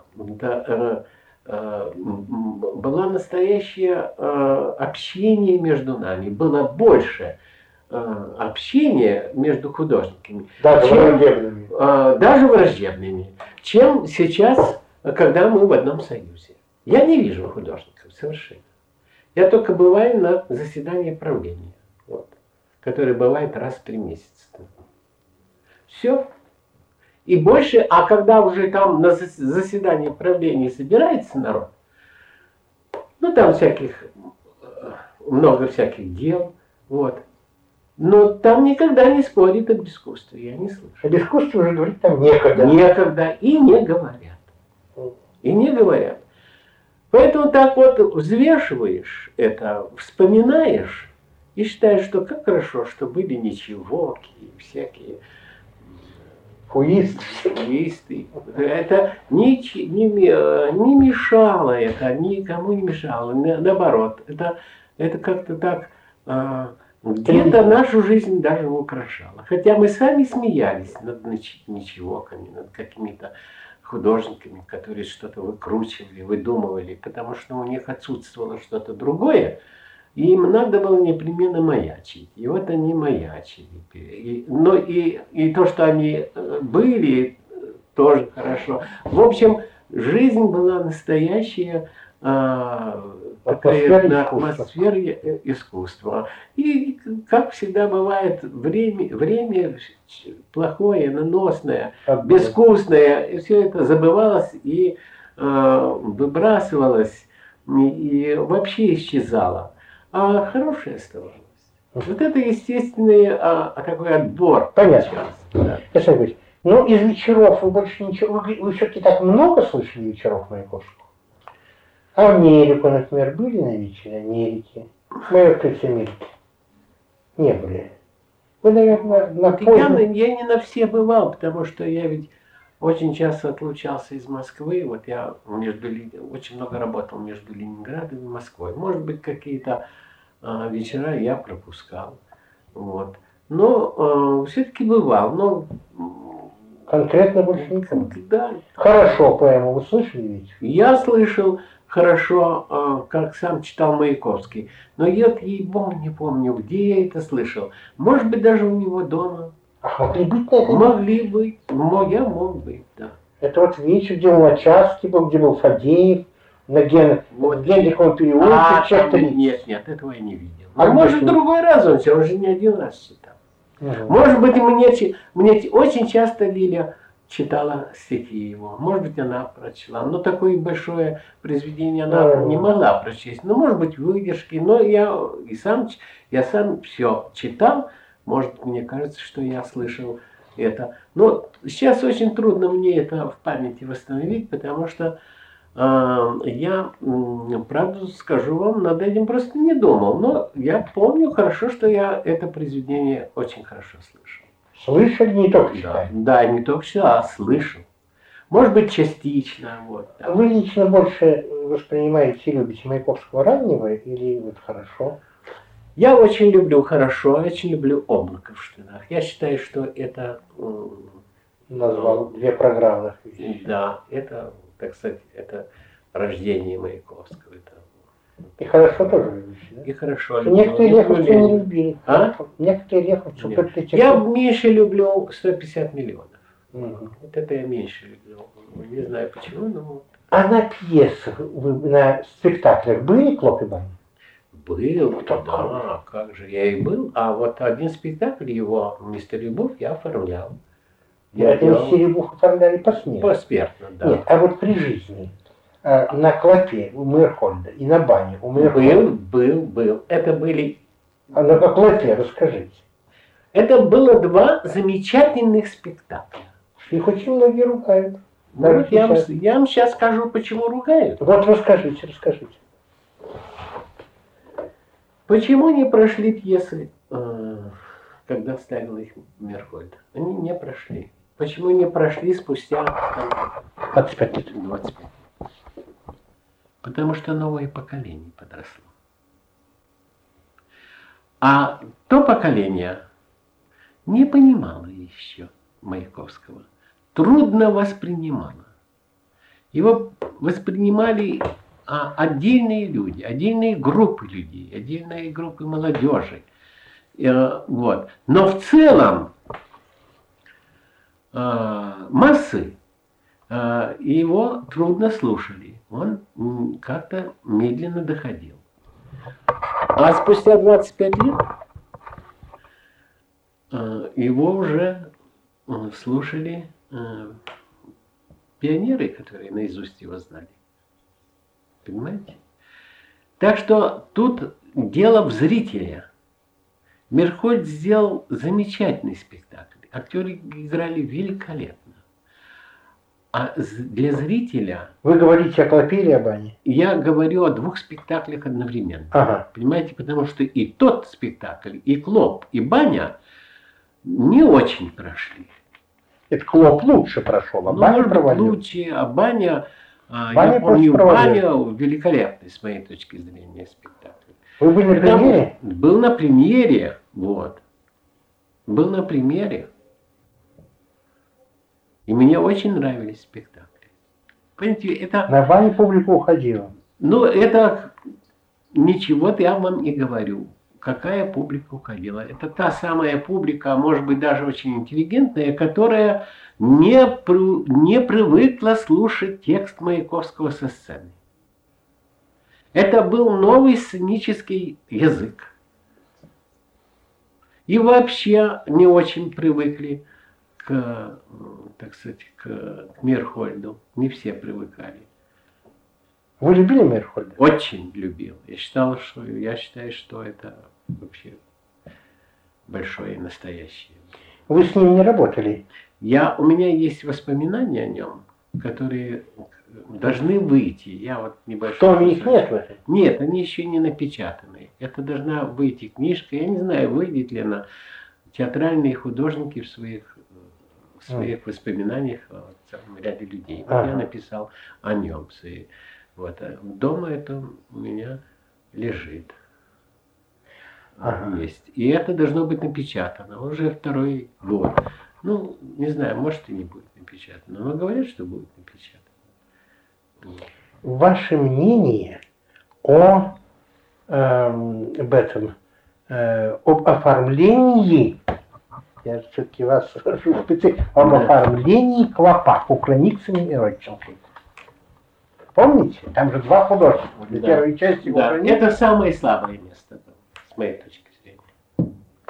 Было настоящее общение между нами. Было больше общения между художниками. Даже враждебными. Чем сейчас, когда мы в одном союзе. Я не вижу художников совершенно. Я только бываю на заседании правления, которое бывает раз в 3 месяца. Все. И больше, а когда уже там на заседании правления собирается народ, ну там много всяких дел, но там никогда не спорят об искусстве, я не слышу. Об искусстве уже говорить там некогда. Некогда и не говорят. И не говорят. Поэтому так вот взвешиваешь это, вспоминаешь и считаешь, что как хорошо, что были ничевоки, всякие хуисты. Это не мешало, это никому не мешало. Наоборот, это как-то так где-то нашу жизнь даже украшало. Хотя мы сами смеялись над ничевоками, над какими-то художниками, которые что-то выкручивали, выдумывали, потому что у них отсутствовало что-то другое, и им надо было непременно маячить. И вот они маячили. И то, что они были, тоже хорошо. В общем, жизнь была настоящая атмосфера искусства. И, как всегда бывает, время плохое, наносное, безвкусное, и все это забывалось и выбрасывалось и вообще исчезала, а хорошее оставалось. Вот это естественный такой отбор. Понятно. Да. Ну, из вечеров вы больше ничего... Вы все-таки так много слышали вечеров Маяковского? А Америку, например, были на вечере Америки? Мы открытие Америки не были. Вы, наверное, Я не на все бывал, потому что я ведь очень часто отлучался из Москвы. Вот я очень много работал между Ленинградом и Москвой. Может быть, какие-то вечера я пропускал. Вот. Но все-таки бывал. Но конкретно больше никого. Да. Хорошо, поэму вы слышали ведь? Я слышал хорошо, как сам читал Маяковский. Но я, ей-богу, не помню, где я это слышал. Может быть, даже у него дома. Могли быть на этом? Могли быть. Я мог быть, да. Это вот вечер, где у Лачарский был, где был Фадеев, на Генриховом переулке, часть 3. Нет, этого я не видел. А может, другой раз он же не один раз читал. Может быть, мне очень часто Лиля читала стихи его. Может быть, она прочла. Но такое большое произведение она не могла прочесть. Но, может быть, выдержки. Но я сам все читал. Может, мне кажется, что я слышал это. Но сейчас очень трудно мне это в памяти восстановить, потому что я, правду скажу вам, над этим просто не думал. Но я помню хорошо, что я это произведение очень хорошо слышал. Слышали, не только читали? Да, не только читал, а слышал. Может быть, частично. Вот, да. Вы лично больше воспринимаете и любите Маяковского раннего или вот хорошо? Я очень люблю хорошо, очень люблю «Облако в штанах». Я считаю, что это... Назвал 2 программных вещи. Да, это, так сказать, это рождение Маяковского. И хорошо тоже любишь, да? И хорошо люблю. Некоторые леховцы не любили. Некоторые леховцы... Я меньше люблю 150 миллионов. Вот это я меньше люблю. Не знаю почему, но... А на пьесах, на спектаклях были «Клоп и Баня»? Был, да, как же, я и был. А вот один спектакль его, «Мистер Любовь», я оформлял. «Мистер Любовь» оформляли посмертно? Посмертно, да. Нет, а вот при жизни, на «Клопе» у Мейерхольда и на «Бане» у Мейерхольда? Был. Это были... А на «Клопе» расскажите. Это было 2 замечательных спектакля. Их очень многие ругают. Вот я вам сейчас скажу, почему ругают. Вот расскажите. Почему не прошли пьесы, когда ставил их Мейерхольд? Они не прошли. Почему не прошли спустя 25 лет? 25. Потому что новое поколение подросло. А то поколение не понимало еще Маяковского. Трудно воспринимало. Его воспринимали отдельные люди, отдельные группы людей, отдельные группы молодежи. Вот. Но в целом массы его трудно слушали. Он как-то медленно доходил. А спустя 25 лет его уже слушали пионеры, которые наизусть его знали. Понимаете? Так что тут дело в зрителе. Мейерхольд сделал замечательный спектакль. Актеры играли великолепно. А для зрителя... Вы говорите о «Клопе» или о «Бане»? Я говорю о 2 спектаклях одновременно. Ага. Понимаете? Потому что и тот спектакль, и «Клоп», и «Баня» не очень прошли. Это «Клоп» лучше прошел, а «Баня» провалил. Лучше, а «Баня», я помню, «Баня» великолепный, с моей точки зрения, спектакль. Вы были на премьере? Был на премьере, вот. Был на премьере. И мне очень нравились спектакли. Понимаете, это... На «Бане» публика уходила. Ну, это ничего я вам не говорю. Какая публика уходила. Это та самая публика, может быть, даже очень интеллигентная, которая не привыкла слушать текст Маяковского со сцены. Это был новый сценический язык. И вообще не очень привыкли так сказать, к Мейерхольду. Не все привыкали. Вы любили Мейерхольда? Очень любил. Я считаю, что это вообще большое и настоящее. Вы с ним не работали? У меня есть воспоминания о нем, которые должны выйти. Я вот небольшой. Что, их нет в этом? Нет, они еще не напечатаны. Это должна выйти книжка. Я не знаю, выйдет ли она. Театральные художники в своих воспоминаниях о целом ряде людей. Вот я написал о нем. Вот. Дома это у меня лежит. Есть. И это должно быть напечатано. Уже 2-й год. Ну, не знаю, может и не будет напечатано. Но говорят, что будет напечатано. Ваше мнение об оформлении, я все-таки вас прошу, об оформлении клопа кукрыниксами и Родченкой. Помните? Там же 2 художника. Для первой части это самое слабое место, с моей точки зрения.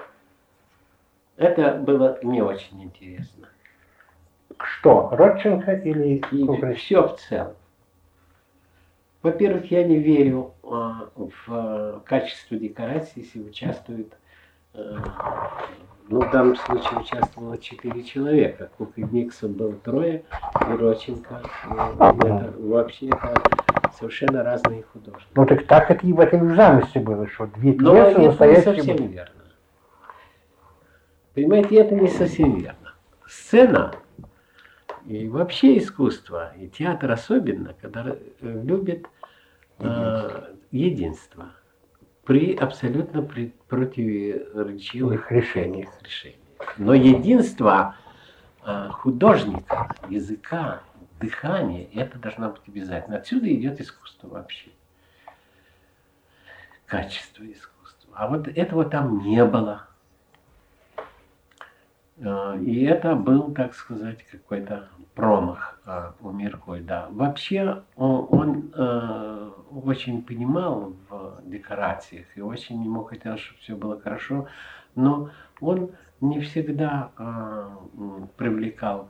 Это было не очень интересно. Что, Родченко или Кукрыниксов? Все в целом. Во-первых, я не верю в качество декорации, если участвует, в данном случае участвовало 4 человека. Кукрыниксов был 3, и Родченко. Вообще это совершенно разные художники. Ну так это и в этом замысле было, что 2 пьесы настоящие. Но это не совсем были. верно. Понимаете, это не совсем верно. Сцена и вообще искусство, и театр особенно, когда любит единство при абсолютно противоречивых решениях. Но единство художника, языка, дыхания, это должно быть обязательно. Отсюда идет искусство вообще. Качество искусства. А вот этого там не было. И это был, так сказать, какой-то промах у Мейерхольда. Вообще он очень понимал в декорациях и очень ему хотелось, чтобы все было хорошо, но он не всегда привлекал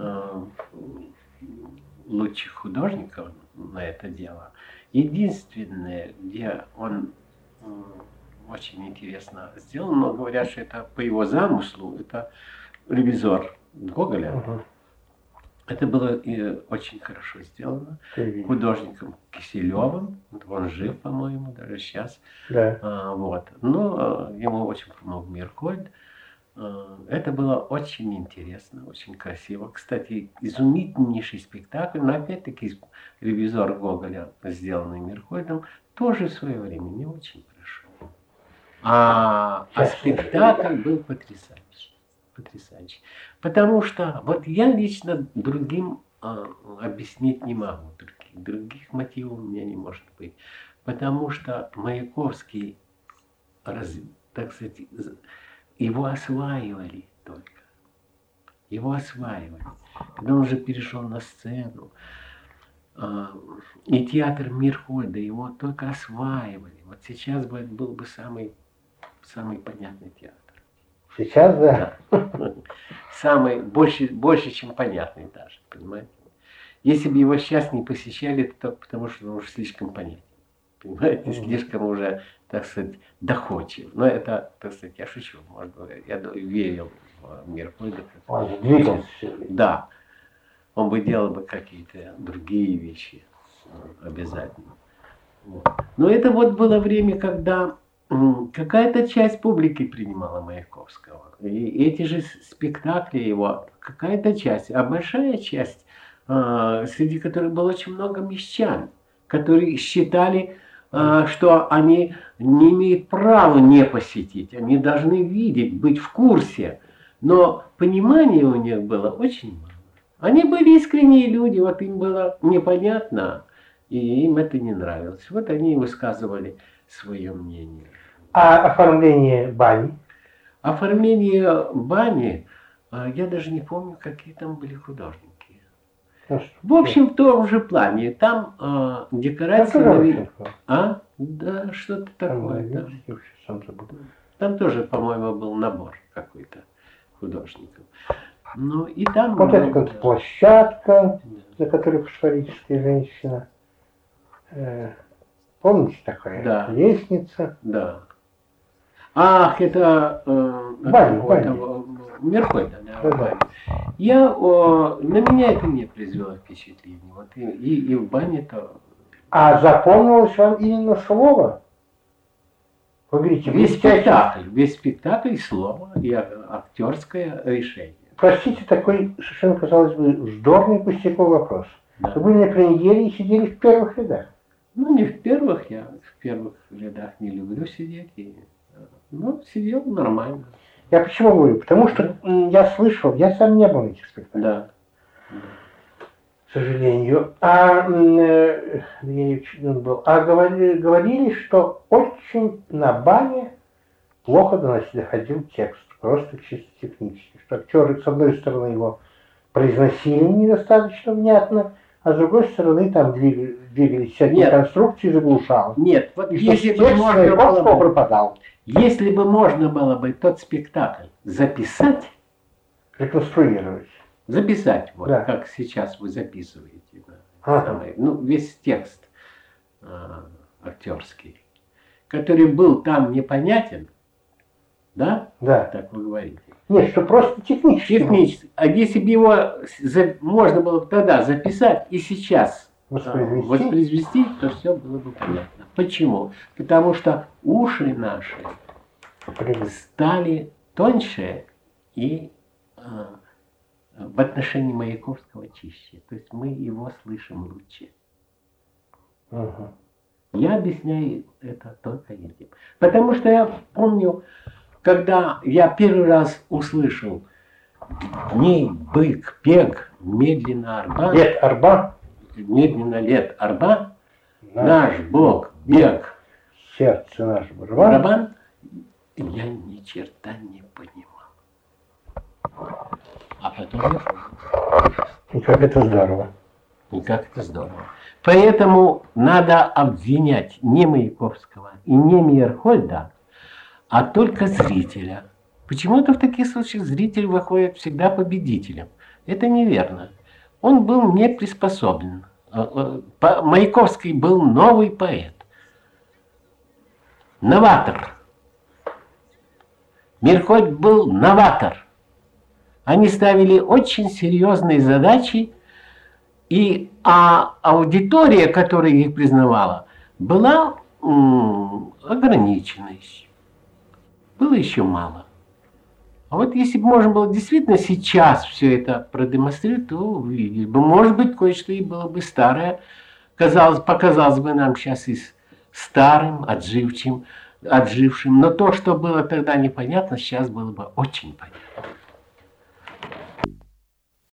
лучших художников на это дело. Единственное, где он очень интересно сделан, но говорят, что это по его замыслу, это «Ревизор» Гоголя. Это было очень хорошо сделано художником Киселевым. Он жив, по-моему, даже сейчас. Да. Вот. Но ему очень помог Мейерхольд. Это было очень интересно, очень красиво. Кстати, изумительнейший спектакль, но опять-таки «Ревизор» Гоголя, сделанный Мейерхольдом, тоже в свое время не очень хорошо. А спектакль был потрясающий. Потрясающий. Потому что вот я лично другим объяснить не могу. Других мотивов у меня не может быть. Потому что Маяковский, так сказать, его осваивали только. Его осваивали. Когда он уже перешел на сцену, и театр Мейерхольда его только осваивали. Вот сейчас был бы самый понятный театр. Сейчас, да. Самый, больше, чем понятный даже, понимаете? Если бы его сейчас не посещали, то только потому, что он уже слишком понятен. Понимаете, слишком уже, так сказать, доходчив. Но это, так сказать, я шучу, может быть, я верил в Мейерхольда. Да. Он бы делал бы какие-то другие вещи обязательно. Вот. Но это вот было время, когда какая-то часть публики принимала Маяковского. И эти же спектакли его, какая-то часть, а большая часть, среди которых было очень много мещан, которые считали, что они не имеют права не посетить, они должны видеть, быть в курсе. Но понимания у них было очень мало. Они были искренние люди, вот им было непонятно, и им это не нравилось. Вот они высказывали свое мнение. А оформление бани? Оформление бани, я даже не помню, какие там были художники. В общем, в том же плане. Там декорации... Да, что-то такое. Там тоже, по-моему, был набор какой-то художников. Ну, и там... Вот это площадка, на которой фосфорическая женщина. помните такая? Да. Лестница. Да. Ах, это... Баня. Мерхольда, да. На меня это не произвело впечатление. Вот и в бане-то... А запомнилось вам именно слово? Вы говорите, весь спектакль слово и актерское решение. Простите, такой совершенно, казалось бы, вздорный пустяковый вопрос. Да. Вы были на премьере и сидели в первых рядах? Ну, не в первых, я в первых рядах не люблю сидеть. Но сидел нормально. Я почему говорю? Потому что я слышал, я сам не был в этих спектаклях. Да. К сожалению. Говорили, что очень на бане плохо доходил текст. Просто чисто технически. Что актеры, с одной стороны, его произносили недостаточно внятно, а с другой стороны, там двигались всякие конструкции, заглушал. Нет, вот если бы можно было пропадал. Если бы можно было бы тот спектакль записать, реконструировать. Записать, вот, да. Как сейчас вы записываете. Весь текст актерский, который был там непонятен, да? Да. Так вы говорите. Нет, что просто технически. Технически. А если бы его можно было тогда записать и сейчас воспроизвести, то все было бы понятно. Почему? Потому что уши наши стали тоньше и в отношении Маяковского чище. То есть мы его слышим лучше. Угу. Я объясняю это только этим. Потому что я помню, когда я первый раз услышал «Дней бык бег, медленно арба». Лет арба. Медленно лет арба. Наш Бог бег. Сердце наше барабан. Я ни черта не понимал. А потом я понял. И как это здорово. Поэтому надо обвинять не Маяковского и не Мейерхольда, а только зрителя. Почему-то в таких случаях зритель выходит всегда победителем. Это неверно. Он был не приспособлен. Маяковский был новый поэт. Новатор. Мейерхольд был новатор. Они ставили очень серьезные задачи, а аудитория, которая их признавала, была ограниченной. Было еще мало. А вот если бы можно было действительно сейчас все это продемонстрировать, то увидели бы. Может быть, кое-что и было бы старое. Показалось бы нам сейчас и старым, отжившим. Но то, что было тогда непонятно, сейчас было бы очень понятно.